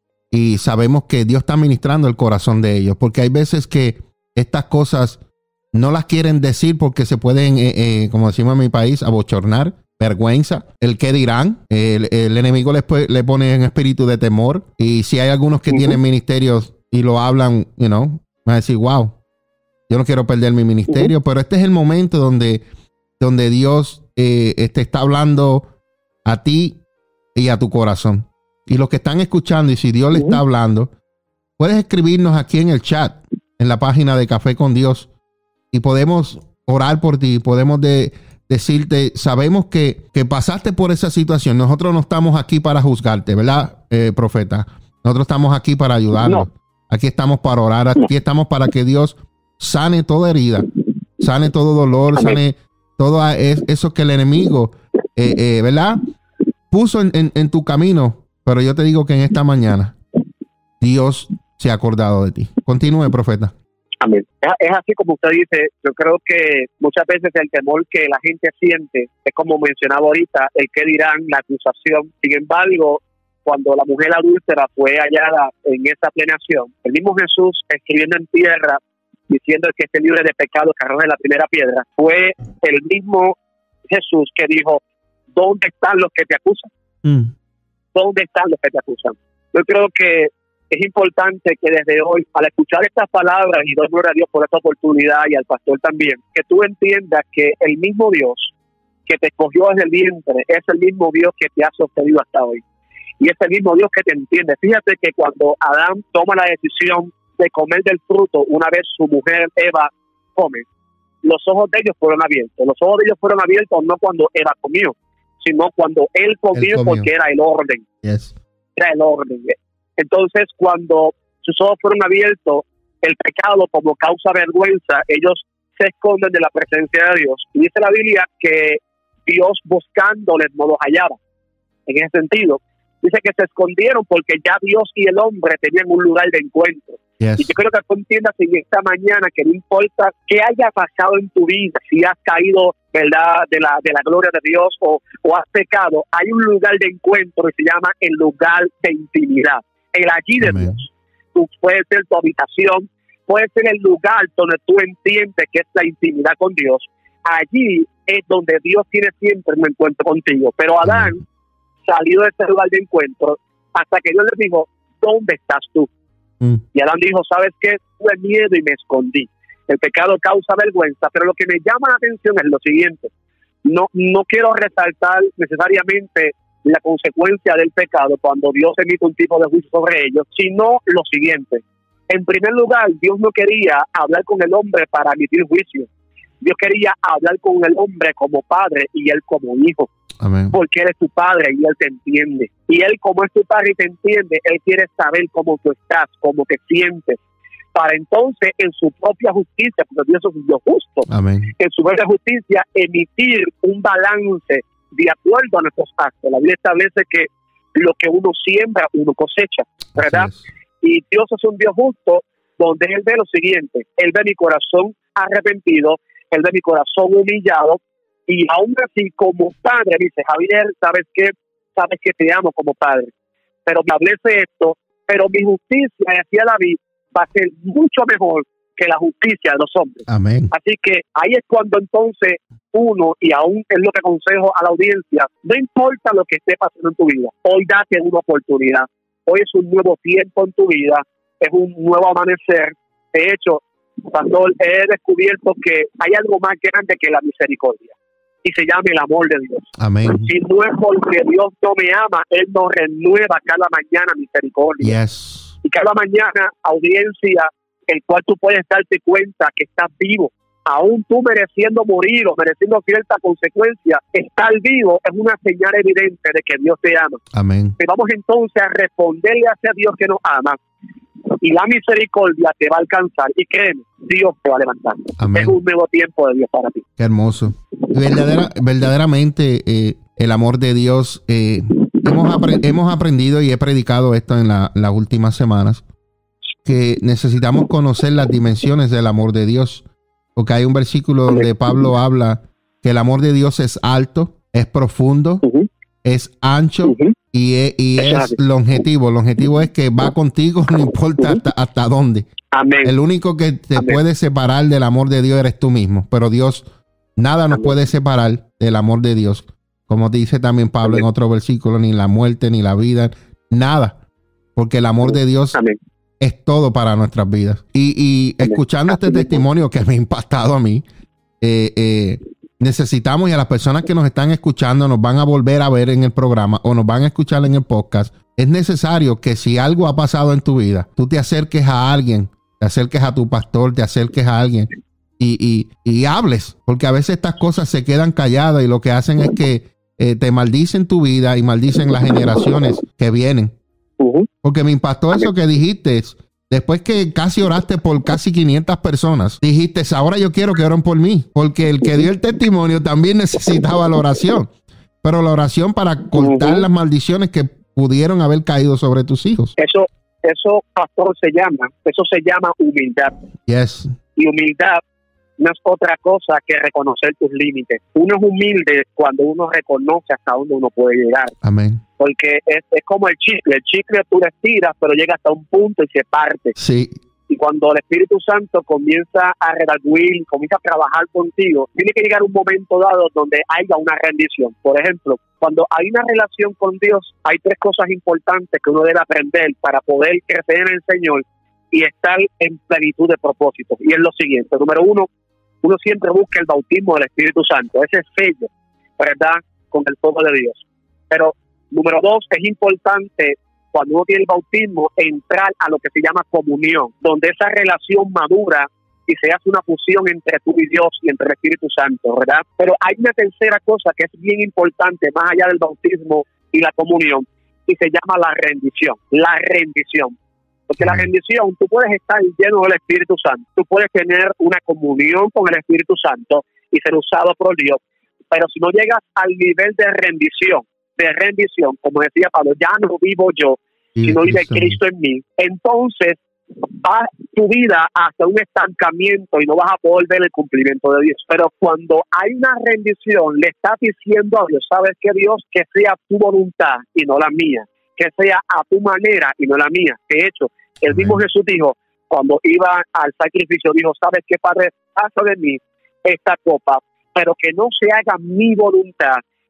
S2: y sabemos que Dios está ministrando el corazón de ellos, porque hay veces que estas cosas no las quieren decir porque se pueden, eh, eh, como decimos en mi país, abochornar, vergüenza, el qué dirán, el, el enemigo les puede, le pone un espíritu de temor, y si hay algunos que uh-huh. tienen ministerios y lo hablan, you know, van a decir, wow, yo no quiero perder mi ministerio, uh-huh. pero este es el momento donde, donde Dios eh, te está hablando a ti y a tu corazón. Y los que están escuchando, y si Dios uh-huh. le está hablando, puedes escribirnos aquí en el chat, en la página de Café con Dios, y podemos orar por ti, podemos de, decirte, sabemos que, que pasaste por esa situación. Nosotros no estamos aquí para juzgarte, ¿verdad, eh, profeta? Nosotros estamos aquí para ayudarnos. No. Aquí estamos para orar, aquí estamos para que Dios sane toda herida, sane todo dolor, Amén. Sane todo eso que el enemigo, eh, eh, ¿verdad?, puso en, en, en tu camino. Pero yo te digo que en esta mañana Dios se ha acordado de ti. Continúe, profeta.
S5: Amén. Es, es así como usted dice. Yo creo que muchas veces el temor que la gente siente es como mencionaba ahorita, el que dirán, la acusación. Sin embargo, cuando la mujer adúltera fue hallada en esa plenación, el mismo Jesús escribiendo en tierra, diciendo que esté libre de pecado, que arroje la primera piedra, fue el mismo Jesús que dijo, ¿dónde están los que te acusan? Mm. ¿Dónde están los que te acusan? Yo creo que es importante que desde hoy, al escuchar estas palabras, y doy gloria a Dios por esta oportunidad y al pastor también, que tú entiendas que el mismo Dios que te escogió desde el vientre es el mismo Dios que te ha sostenido hasta hoy. Y es el mismo Dios que te entiende. Fíjate que cuando Adán toma la decisión de comer del fruto, una vez su mujer Eva come, los ojos de ellos fueron abiertos. Los ojos de ellos fueron abiertos no cuando Eva comió, sino cuando él comió, él comió. Porque era el orden.
S2: Yes.
S5: Era el orden. Entonces, cuando sus ojos fueron abiertos, el pecado como causa vergüenza, ellos se esconden de la presencia de Dios. Y dice la Biblia que Dios buscándoles no los hallaba. En ese sentido, dice que se escondieron porque ya Dios y el hombre tenían un lugar de encuentro. Yes. Y yo creo que tú entiendas en esta mañana que no importa qué haya pasado en tu vida, si has caído, ¿verdad?, de la de la gloria de Dios o, o has pecado, hay un lugar de encuentro que se llama el lugar de intimidad. El allí de Amén. Dios. Tú puede ser tu habitación, puede ser el lugar donde tú entiendes que es la intimidad con Dios. Allí es donde Dios tiene siempre un encuentro contigo. Pero Adán Amén. Salió de ese lugar de encuentro hasta que Dios le dijo, ¿dónde estás tú? Mm. Y Adán dijo, ¿sabes qué? Tuve miedo y me escondí. El pecado causa vergüenza, pero lo que me llama la atención es lo siguiente. No, no quiero resaltar necesariamente la consecuencia del pecado cuando Dios emite un tipo de juicio sobre ellos, sino lo siguiente. En primer lugar, Dios no quería hablar con el hombre para emitir juicio. Dios quería hablar con el hombre como padre y él como hijo.
S2: Amén.
S5: Porque él es tu padre y él te entiende. Y él, como es tu padre y te entiende, él quiere saber cómo tú estás, cómo te sientes, para entonces en su propia justicia, porque Dios es un Dios justo,
S2: Amén.
S5: en su propia justicia emitir un balance de acuerdo a nuestros actos. La Biblia establece que lo que uno siembra, uno cosecha, ¿verdad? Y Dios es un Dios justo, donde Él ve lo siguiente: Él ve mi corazón arrepentido, Él ve mi corazón humillado, y aún así como padre dice: Javier, ¿sabes qué? Sabes que te amo como padre, pero me establece esto, pero mi justicia, decía David, va a ser mucho mejor que la justicia de los hombres.
S2: Amén.
S5: Así que ahí es cuando entonces uno, y aún es lo que aconsejo a la audiencia, no importa lo que esté pasando en tu vida, hoy date una oportunidad. Hoy es un nuevo tiempo en tu vida, es un nuevo amanecer. De hecho, pastor, he descubierto que hay algo más grande que la misericordia, y se llama el amor de Dios.
S2: Amén.
S5: Si no es porque Dios no me ama, Él nos renueva cada mañana misericordia.
S2: Yes.
S5: Y cada mañana, audiencia, el cual tú puedes darte cuenta que estás vivo. Aún tú mereciendo morir o mereciendo cierta consecuencia, estar vivo es una señal evidente de que Dios te ama.
S2: Amén.
S5: Y vamos entonces a responderle hacia Dios que nos ama, y la misericordia te va a alcanzar, y créeme, Dios te va a levantar.
S2: Amén.
S5: Es un nuevo tiempo de Dios para ti.
S2: Qué hermoso. Verdadera, verdaderamente eh, el amor de Dios, eh, hemos, apre- hemos aprendido y he predicado esto en la, las últimas semanas, que necesitamos conocer las dimensiones del amor de Dios, porque hay un versículo donde Pablo habla que el amor de Dios es alto, es profundo,
S5: Uh-huh.
S2: es ancho,
S5: Uh-huh.
S2: y es, y es longevo. Longevo es que va contigo, no importa hasta, hasta dónde.
S5: Amén.
S2: El único que te
S5: Amén.
S2: puede separar del amor de Dios eres tú mismo. Pero Dios, nada nos
S5: Amén.
S2: puede separar del amor de Dios. Como dice también Pablo
S5: Amén.
S2: en otro versículo, ni la muerte, ni la vida, nada. Porque el amor de Dios
S5: Amén.
S2: es todo para nuestras vidas. Y, y
S5: Amén.
S2: escuchando este
S5: Así mismo.
S2: testimonio que me ha impactado a mí, eh, eh, necesitamos, y a las personas que nos están escuchando nos van a volver a ver en el programa o nos van a escuchar en el podcast, es necesario que si algo ha pasado en tu vida, tú te acerques a alguien, te acerques a tu pastor, te acerques a alguien y, y, y hables, porque a veces estas cosas se quedan calladas y lo que hacen es que eh, te maldicen tu vida y maldicen las generaciones que vienen.
S5: Uh-huh.
S2: Porque me impactó eso que dijiste. Después que casi oraste por casi quinientas personas, dijiste, ahora yo quiero que oren por mí. Porque el que dio el testimonio también necesitaba la oración. Pero la oración para cortar
S5: Uh-huh.
S2: las maldiciones que pudieron haber caído sobre tus hijos.
S5: Eso, eso, pastor, se llama, eso se llama humildad.
S2: Yes.
S5: Y humildad no es otra cosa que reconocer tus límites. Uno es humilde cuando uno reconoce hasta dónde uno puede llegar.
S2: Amén.
S5: Porque es, es como el chicle. El chicle tú le estiras, pero llega hasta un punto y se parte.
S2: Sí.
S5: Y cuando el Espíritu Santo comienza a redarguir, comienza a trabajar contigo, tiene que llegar un momento dado donde haya una rendición. Por ejemplo, cuando hay una relación con Dios, hay tres cosas importantes que uno debe aprender para poder crecer en el Señor y estar en plenitud de propósito. Y es lo siguiente. Número uno, uno siempre busca el bautismo del Espíritu Santo, ese sello, ¿verdad?, con el fuego de Dios. Pero número dos, es importante cuando uno tiene el bautismo entrar a lo que se llama comunión, donde esa relación madura y se hace una fusión entre tú y Dios y entre el Espíritu Santo, ¿verdad? Pero hay una tercera cosa que es bien importante, más allá del bautismo y la comunión, y se llama la rendición, la rendición. Porque la rendición, tú puedes estar lleno del Espíritu Santo, tú puedes tener una comunión con el Espíritu Santo y ser usado por Dios, pero si no llegas al nivel de rendición, de rendición, como decía Pablo, ya no vivo yo,
S2: Sí,
S5: sino vive
S2: Cristo.
S5: Cristo en mí, entonces va tu vida hacia un estancamiento y no vas a poder ver el cumplimiento de Dios. Pero cuando hay una rendición, le estás diciendo a Dios, ¿sabes qué, Dios? Que sea tu voluntad y no la mía, que sea a tu manera y no la mía. De hecho, el mismo
S2: Amén.
S5: Jesús dijo, cuando iba al sacrificio, dijo, ¿sabes qué, Padre? Pasa de mí esta copa, pero que no se haga mi voluntad,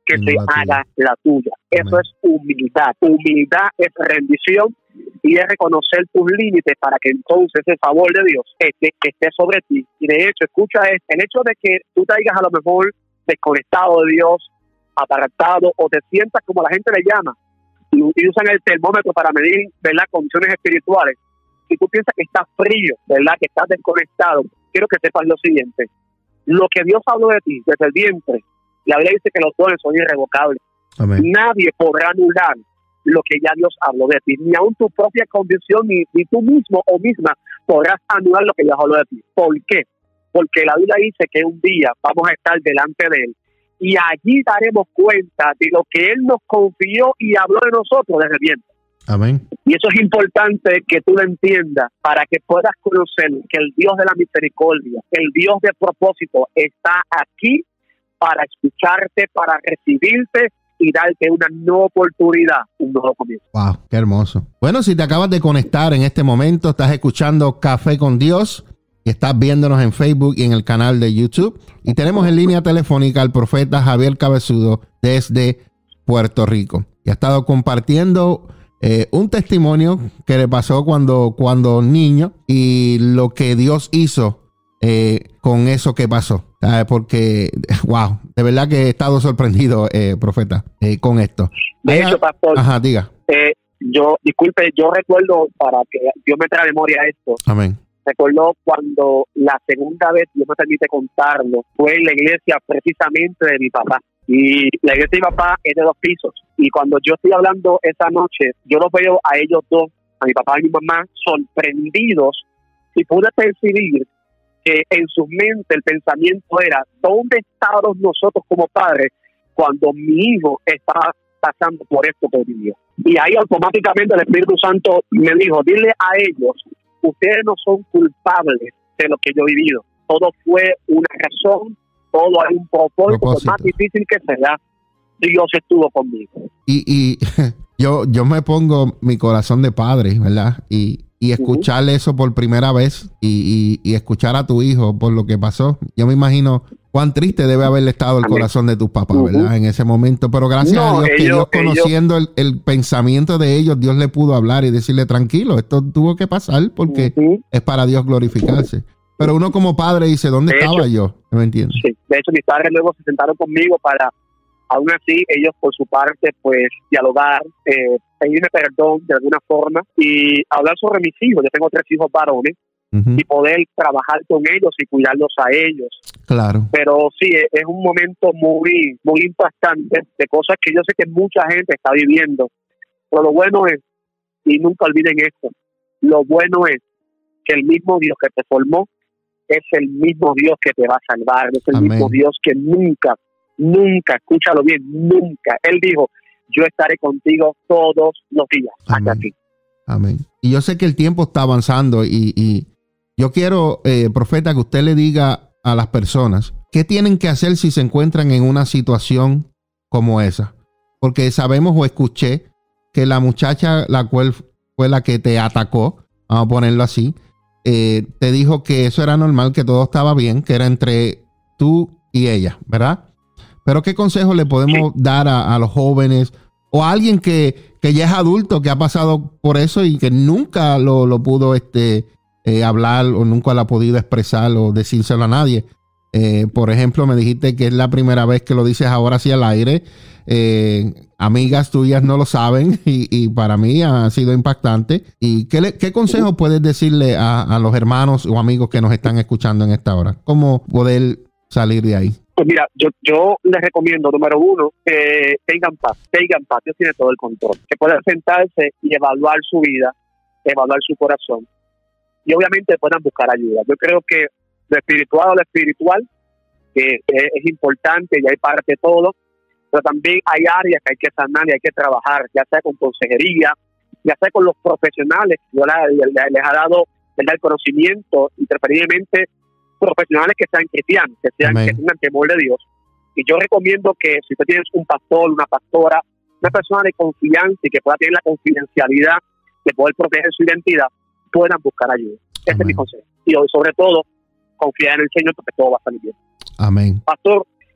S5: que
S2: no
S5: se
S2: la
S5: haga la tuya. Eso
S2: Amén.
S5: es humildad. Humildad es rendición y es reconocer tus límites para que entonces el favor de Dios esté, esté sobre ti. Y de hecho, escucha esto, el hecho de que tú te hayas a lo mejor desconectado de Dios, apartado, o te sientas como la gente le llama, y, y usan el termómetro para medir, ¿verdad?, condiciones espirituales. Si tú piensas que estás frío, ¿verdad?, que estás desconectado, quiero que sepas lo siguiente: lo que Dios habló de ti desde el vientre, la Biblia dice que los dones son irrevocables.
S2: Amén.
S5: Nadie podrá anular lo que ya Dios habló de ti, ni aun tu propia condición, ni, ni tú mismo o misma podrás anular lo que Dios habló de ti. ¿Por qué? Porque la Biblia dice que un día vamos a estar delante de Él y allí daremos cuenta de lo que Él nos confió y habló de nosotros desde el vientre.
S2: Amén.
S5: Y eso es importante que tú lo entiendas para que puedas conocer que el Dios de la misericordia, el Dios de propósito, está aquí para escucharte, para recibirte y darte una nueva oportunidad, un nuevo comienzo.
S2: Wow, qué hermoso. Bueno, si te acabas de conectar en este momento, estás escuchando Café con Dios y estás viéndonos en Facebook y en el canal de YouTube. Y tenemos en línea telefónica al profeta Javier Cabezudo desde Puerto Rico. Y ha estado compartiendo eh, un testimonio que le pasó cuando, cuando niño y lo que Dios hizo eh, con eso que pasó. ¿Sabes? Porque, wow, de verdad que he estado sorprendido, eh, profeta, eh, con esto.
S5: De hecho, pastor,
S2: Ajá, diga.
S5: Eh, yo, disculpe, yo recuerdo, para que Dios me traiga memoria a esto,
S2: Amén.
S5: recuerdo cuando la segunda vez, Dios me permite contarlo, fue en la iglesia precisamente de mi papá. Y la iglesia de mi papá es de dos pisos. Y cuando yo estoy hablando esa noche, yo los veo a ellos dos, a mi papá y mi mamá, sorprendidos, y pude percibir que en su mente el pensamiento era: ¿dónde estábamos nosotros como padres cuando mi hijo estaba pasando por esto que vivió? Y ahí automáticamente el Espíritu Santo me dijo: dile a ellos, ustedes no son culpables de lo que yo he vivido. Todo fue una razón, todo hay un propósito, por más difícil que sea, Dios estuvo conmigo.
S2: Y, y yo, yo me pongo mi corazón de padre, ¿verdad? Y, y escuchar uh-huh. eso por primera vez y, y, y escuchar a tu hijo por lo que pasó, yo me imagino cuán triste debe haberle estado el Amén. Corazón de tus papás, uh-huh. ¿verdad? En ese momento. Pero gracias no, a Dios que ellos, Dios conociendo ellos... el, el pensamiento de ellos, Dios le pudo hablar y decirle: tranquilo, esto tuvo que pasar porque uh-huh. es para Dios glorificarse. Pero uno como padre dice: ¿dónde de estaba hecho, yo? ¿Me entiendes?
S5: Sí. De hecho, mis padres luego se sentaron conmigo para, aún así, ellos por su parte, pues, dialogar, eh, pedirme perdón de alguna forma y hablar sobre mis hijos. Yo tengo tres hijos varones. Uh-huh. Y poder trabajar con ellos y cuidarlos a ellos.
S2: Claro.
S5: Pero sí, es un momento muy muy impactante de cosas que yo sé que mucha gente está viviendo. Pero lo bueno es, y nunca olviden esto, lo bueno es que el mismo Dios que te formó es el mismo Dios que te va a salvar. Es el Amén. Mismo Dios que nunca, nunca, escúchalo bien, nunca. Él dijo: yo estaré contigo todos los días.
S2: Amén.
S5: Hasta aquí.
S2: Amén. Y yo sé que el tiempo está avanzando y... y... Yo quiero, eh, profeta, que usted le diga a las personas qué tienen que hacer si se encuentran en una situación como esa. Porque sabemos o escuché que la muchacha, la cual fue la que te atacó, vamos a ponerlo así, eh, te dijo que eso era normal, que todo estaba bien, que era entre tú y ella, ¿verdad? Pero ¿qué consejo le podemos dar a, a los jóvenes o a alguien que, que ya es adulto, que ha pasado por eso y que nunca lo, lo pudo... este Eh, hablar o nunca la ha podido expresar o decírselo a nadie? Eh, por ejemplo, me dijiste que es la primera vez que lo dices ahora sí al aire. Eh, amigas tuyas no lo saben y, y para mí ha sido impactante. ¿Y qué, le, qué consejo puedes decirle a, a los hermanos o amigos que nos están escuchando en esta hora? ¿Cómo poder salir de ahí?
S5: Pues mira, yo, yo les recomiendo, número uno, que tengan paz, tengan paz. Dios tiene todo el control. Que puedan sentarse y evaluar su vida, evaluar su corazón. Y obviamente puedan buscar ayuda. Yo creo que lo espiritual o lo espiritual que es, es importante y hay parte de todo, pero también hay áreas que hay que sanar y hay que trabajar, ya sea con consejería, ya sea con los profesionales. Yo les, les ha dado el conocimiento, y preferiblemente profesionales que sean cristianos, que sean Amén. Que tengan temor de Dios. Y yo recomiendo que si usted tiene un pastor, una pastora, una persona de confianza y que pueda tener la confidencialidad de poder proteger su identidad, puedan buscar ayuda. Ese Amén. Es mi consejo. Y sobre todo, confiar en el Señor porque todo va a salir bien.
S2: Amén.
S5: Pastor,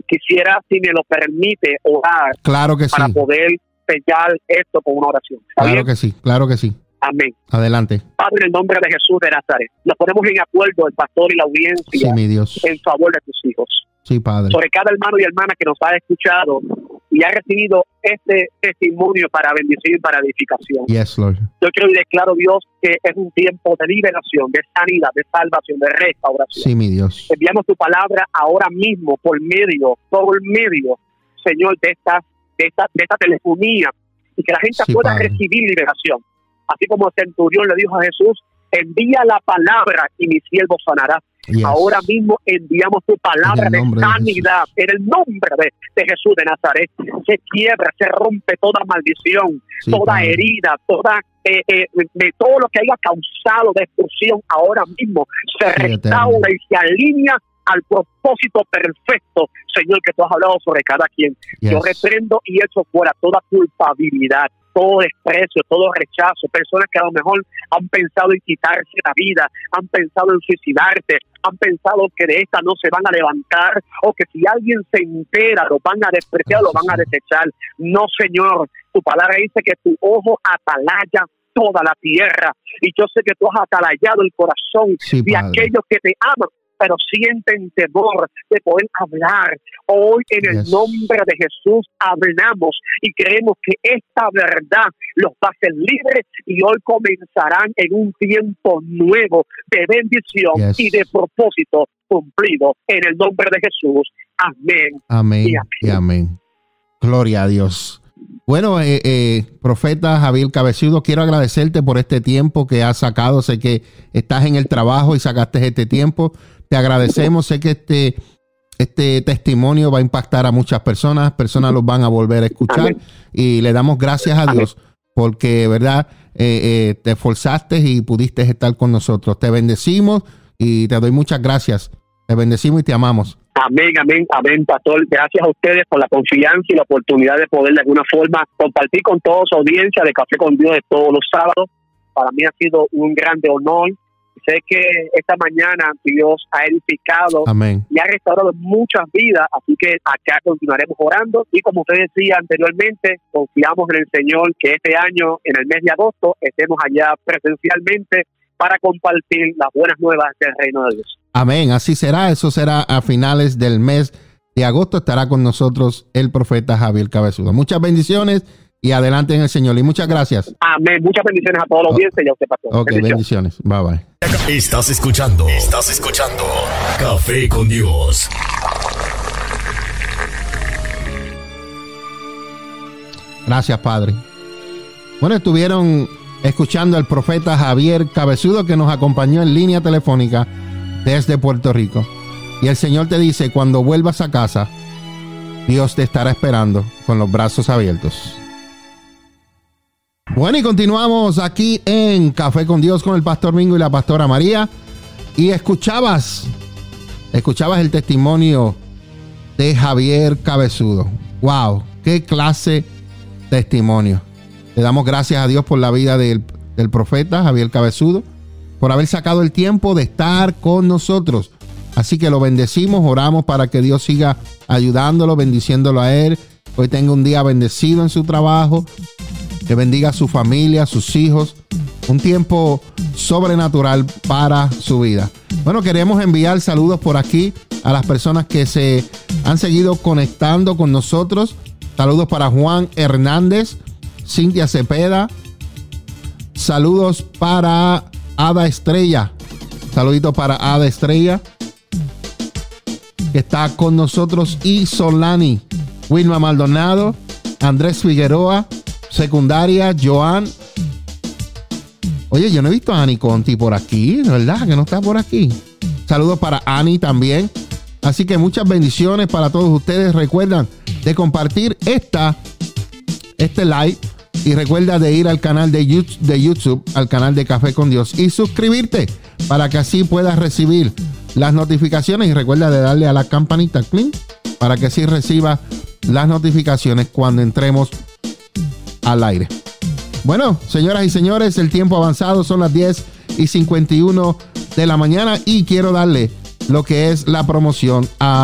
S5: quisiera, si me lo permite, orar.
S2: Claro que
S5: para
S2: sí.
S5: poder sellar esto con una oración.
S2: Claro
S5: bien?
S2: que sí, claro que sí.
S5: Amén.
S2: Adelante.
S5: Padre, en el nombre de Jesús de Nazaret, nos ponemos en acuerdo, el pastor y la audiencia,
S2: Sí, mi Dios.
S5: en favor de tus hijos.
S2: Sí, Padre.
S5: Sobre cada hermano y hermana que nos ha escuchado y ha recibido este testimonio para bendición y para edificación.
S2: Yes, Lord.
S5: Yo quiero y declaro, Dios, que es un tiempo de liberación, de sanidad, de salvación, de restauración.
S2: Sí, mi Dios.
S5: Enviamos tu palabra ahora mismo por medio, por medio, Señor, de esta, de esta, de esta telefonía, y que la gente
S2: Sí,
S5: pueda
S2: Padre.
S5: recibir liberación. Así como el centurión le dijo a Jesús, envía la palabra y mi siervo sanará.
S2: Yes.
S5: Ahora mismo enviamos tu palabra
S2: En el
S5: de
S2: nombre de
S5: sanidad, en el nombre de, de Jesús de Nazaret. Se quiebra, se rompe toda maldición,
S2: Sí,
S5: toda
S2: Padre.
S5: herida, toda eh, eh, de todo lo que haya causado destrucción ahora mismo se
S2: Sí,
S5: restaura y se alinea al propósito perfecto, Señor, que tú has hablado sobre cada quien.
S2: Yes.
S5: Yo reprendo y echo fuera toda culpabilidad, todo desprecio, todo rechazo. Personas que a lo mejor han pensado en quitarse la vida, han pensado en suicidarse, han pensado que de esta no se van a levantar, o que si alguien se entera lo van a despreciar, lo van a desechar. No, Señor, tu palabra dice que tu ojo atalaya toda la tierra, y yo sé que tú has atalayado el corazón
S2: Sí,
S5: de
S2: Padre.
S5: aquellos que te aman, pero sienten temor de poder hablar. Hoy, en el
S2: Yes.
S5: nombre de Jesús, hablamos y creemos que esta verdad los va a hacer libres, y hoy comenzarán en un tiempo nuevo de bendición
S2: Yes.
S5: y de propósito cumplido, en el nombre de Jesús. Amén.
S2: Amén
S5: Y amén.
S2: y amén. Gloria a Dios. Bueno, eh, eh, profeta Javier Cabezudo, quiero agradecerte por este tiempo que has sacado. Sé que estás en el trabajo y sacaste este tiempo. Te agradecemos. Sé que este, este testimonio va a impactar a muchas personas. Personas los van a volver a escuchar.
S5: Amén.
S2: Y le damos gracias a
S5: Amén.
S2: Dios porque, ¿verdad? Eh, eh, te esforzaste y pudiste estar con nosotros. Te bendecimos y te doy muchas gracias. Te bendecimos y te amamos.
S5: Amén, amén, amén, pastor. Gracias a ustedes por la confianza y la oportunidad de poder de alguna forma compartir con toda su audiencia de Café con Dios de todos los sábados. Para mí ha sido un grande honor. Sé que esta mañana Dios ha edificado
S2: Amén.
S5: y ha restaurado muchas vidas, así que acá continuaremos orando, y como usted decía anteriormente, confiamos en el Señor que este año, en el mes de agosto, estemos allá presencialmente para compartir las buenas nuevas del reino de Dios.
S2: Amén, así será. Eso será a finales del mes de agosto. Estará con nosotros el profeta Javier Cabezudo. Muchas bendiciones y adelante en el Señor. Y muchas gracias.
S5: Amén. Muchas bendiciones a toda la audiencia y a usted, pastor.
S2: Ok,
S5: Bendiciones.
S2: bendiciones. Bye bye.
S1: Estás escuchando, estás escuchando Café con Dios.
S2: Gracias, Padre. Bueno, estuvieron escuchando al profeta Javier Cabezudo, que nos acompañó en línea telefónica desde Puerto Rico. Y el Señor te dice, cuando vuelvas a casa, Dios te estará esperando con los brazos abiertos. Bueno, y continuamos aquí en Café con Dios con el Pastor Mingo y la Pastora María. Y escuchabas, escuchabas el testimonio de Javier Cabezudo. ¡Wow! ¡Qué clase testimonio! Le damos gracias a Dios por la vida del, del profeta Javier Cabezudo, por haber sacado el tiempo de estar con nosotros. Así que lo bendecimos, oramos para que Dios siga ayudándolo, bendiciéndolo a él. Hoy tenga un día bendecido en su trabajo, que bendiga a su familia, a sus hijos. Un tiempo sobrenatural para su vida. Bueno, queremos enviar saludos por aquí a las personas que se han seguido conectando con nosotros. Saludos para Juan Hernández, Cintia Cepeda. Saludos para Ada Estrella. Saludito para Ada Estrella, que está con nosotros. Y Solani, Wilma Maldonado, Andrés Figueroa, Secundaria, Joan. Oye, yo no he visto a Ani Conti por aquí, ¿verdad? Que no está por aquí. Saludos para Ani también. Así que muchas bendiciones para todos ustedes. Recuerdan de compartir esta, este live. Y recuerda de ir al canal de YouTube, de YouTube, al canal de Café con Dios, y suscribirte para que así puedas recibir las notificaciones. Y recuerda de darle a la campanita clean para que así reciba las notificaciones cuando entremos al aire. Bueno, señoras y señores, el tiempo avanzado, son las diez y cincuenta y uno de la mañana, y quiero darle lo que es la promoción a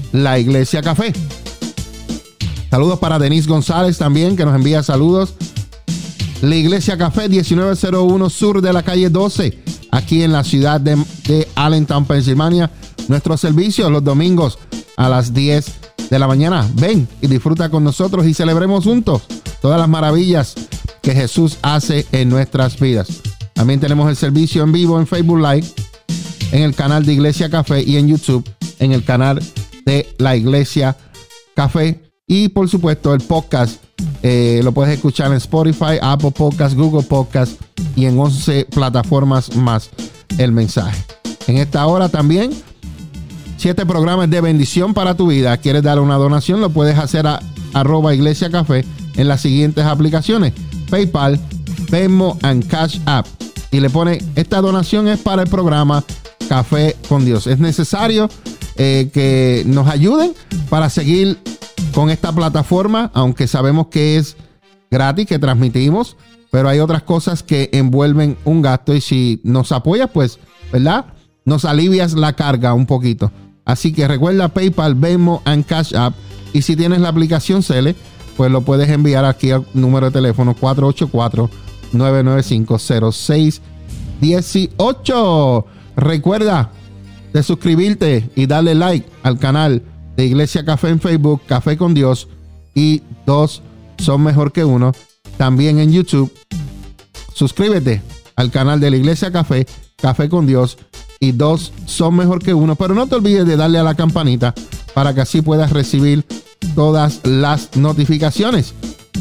S2: La Iglesia Café. Saludos para Denise González también, que nos envía saludos. La Iglesia Café, diecinueve cero uno sur de la calle doce, aquí en la ciudad de, de Allentown, Pensilvania. Nuestros servicios los domingos a las diez de la mañana. Ven y disfruta con nosotros y celebremos juntos todas las maravillas que Jesús hace en nuestras vidas. También tenemos el servicio en vivo en Facebook Live, en el canal de Iglesia Café, y en YouTube en el canal de La Iglesia Café. Y por supuesto el podcast eh, lo puedes escuchar en Spotify, Apple Podcast, Google Podcast y en once plataformas más el mensaje. En esta hora también siete programas de bendición para tu vida. ¿Quieres dar una donación? Lo puedes hacer a arroba Iglesia Café en las siguientes aplicaciones: PayPal, Venmo and Cash App. Y le pone: esta donación es para el programa Café con Dios. Es necesario eh, que nos ayuden para seguir con esta plataforma, aunque sabemos que es gratis, que transmitimos, pero hay otras cosas que envuelven un gasto, y si nos apoyas, pues, ¿verdad?, nos alivias la carga un poquito. Así que recuerda PayPal, Venmo and Cash App, y si tienes la aplicación Cele, pues lo puedes enviar aquí al número de teléfono cuatro ocho cuatro, nueve nueve cinco, cero seis uno ocho. Recuerda de suscribirte y darle like al canal de Iglesia Café en Facebook, Café con Dios, y dos son mejor que uno. También en YouTube, suscríbete al canal de la Iglesia Café, Café con Dios, y dos son mejor que uno. Pero no te olvides de darle a la campanita para que así puedas recibir todas las notificaciones.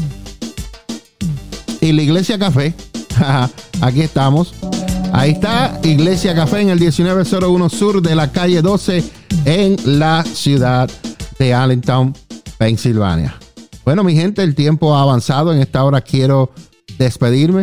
S2: Y la Iglesia Café, aquí estamos. Ahí está Iglesia Café en el diecinueve cero uno sur de la calle doce en la ciudad de Allentown, Pensilvania. Bueno, mi gente, el tiempo ha avanzado. En esta hora quiero despedirme.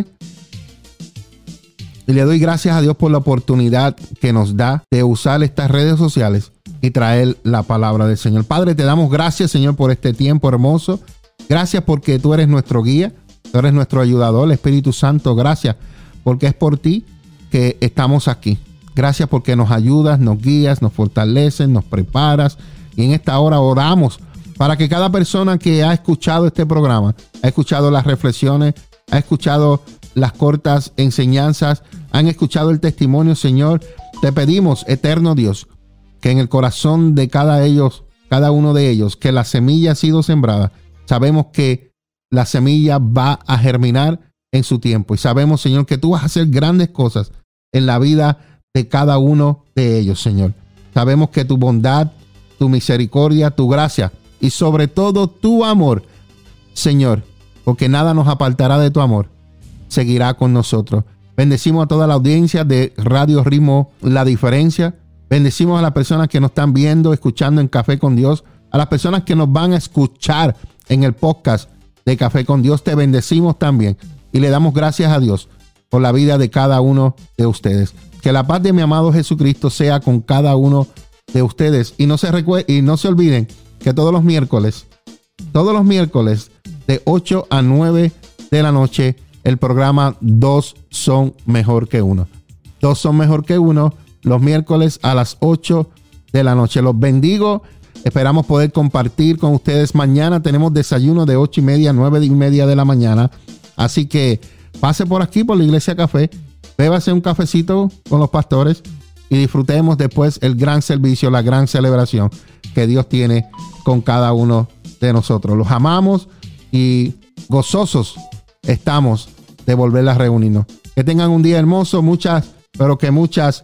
S2: Y le doy gracias a Dios por la oportunidad que nos da de usar estas redes sociales y traer la palabra del Señor. Padre, te damos gracias, Señor, por este tiempo hermoso. Gracias porque tú eres nuestro guía, tú eres nuestro ayudador, el Espíritu Santo. Gracias porque es por ti que estamos aquí. Gracias porque nos ayudas, nos guías, nos fortaleces, nos preparas. Y en esta hora oramos para que cada persona que ha escuchado este programa, ha escuchado las reflexiones, ha escuchado las cortas enseñanzas, han escuchado el testimonio, Señor, te pedimos, eterno Dios, que en el corazón de cada ellos, cada uno de ellos, que la semilla ha sido sembrada. Sabemos que la semilla va a germinar en su tiempo, y sabemos, Señor, que tú vas a hacer grandes cosas en la vida de cada uno de ellos, Señor. Sabemos que tu bondad, tu misericordia, tu gracia y sobre todo tu amor, Señor, porque nada nos apartará de tu amor, seguirá con nosotros. Bendecimos a toda la audiencia de Radio Ritmo La Diferencia. Bendecimos a las personas que nos están viendo, escuchando en Café con Dios, a las personas que nos van a escuchar en el podcast de Café con Dios. Te bendecimos también y le damos gracias a Dios por la vida de cada uno de ustedes. Que la paz de mi amado Jesucristo sea con cada uno de ustedes. Y no se recue- y no se olviden que todos los miércoles, todos los miércoles de ocho a nueve de la noche, el programa Dos son mejor que uno. Dos son mejor que uno, los miércoles a las ocho de la noche. Los bendigo. Esperamos poder compartir con ustedes mañana. Tenemos desayuno de ocho y media a nueve y media de la mañana. Así que pase por aquí, por la Iglesia Café. Bébase un cafecito con los pastores y disfrutemos después el gran servicio, la gran celebración que Dios tiene con cada uno de nosotros. Los amamos y gozosos estamos de volver a reunirnos. Que tengan un día hermoso, muchas, pero que muchas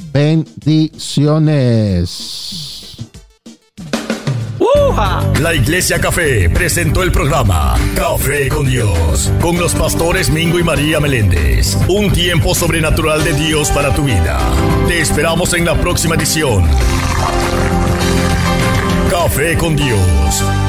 S2: bendiciones.
S1: La Iglesia Café presentó el programa Café con Dios, con los pastores Mingo y María Meléndez. Un tiempo sobrenatural de Dios para tu vida. Te esperamos en la próxima edición. Café con Dios.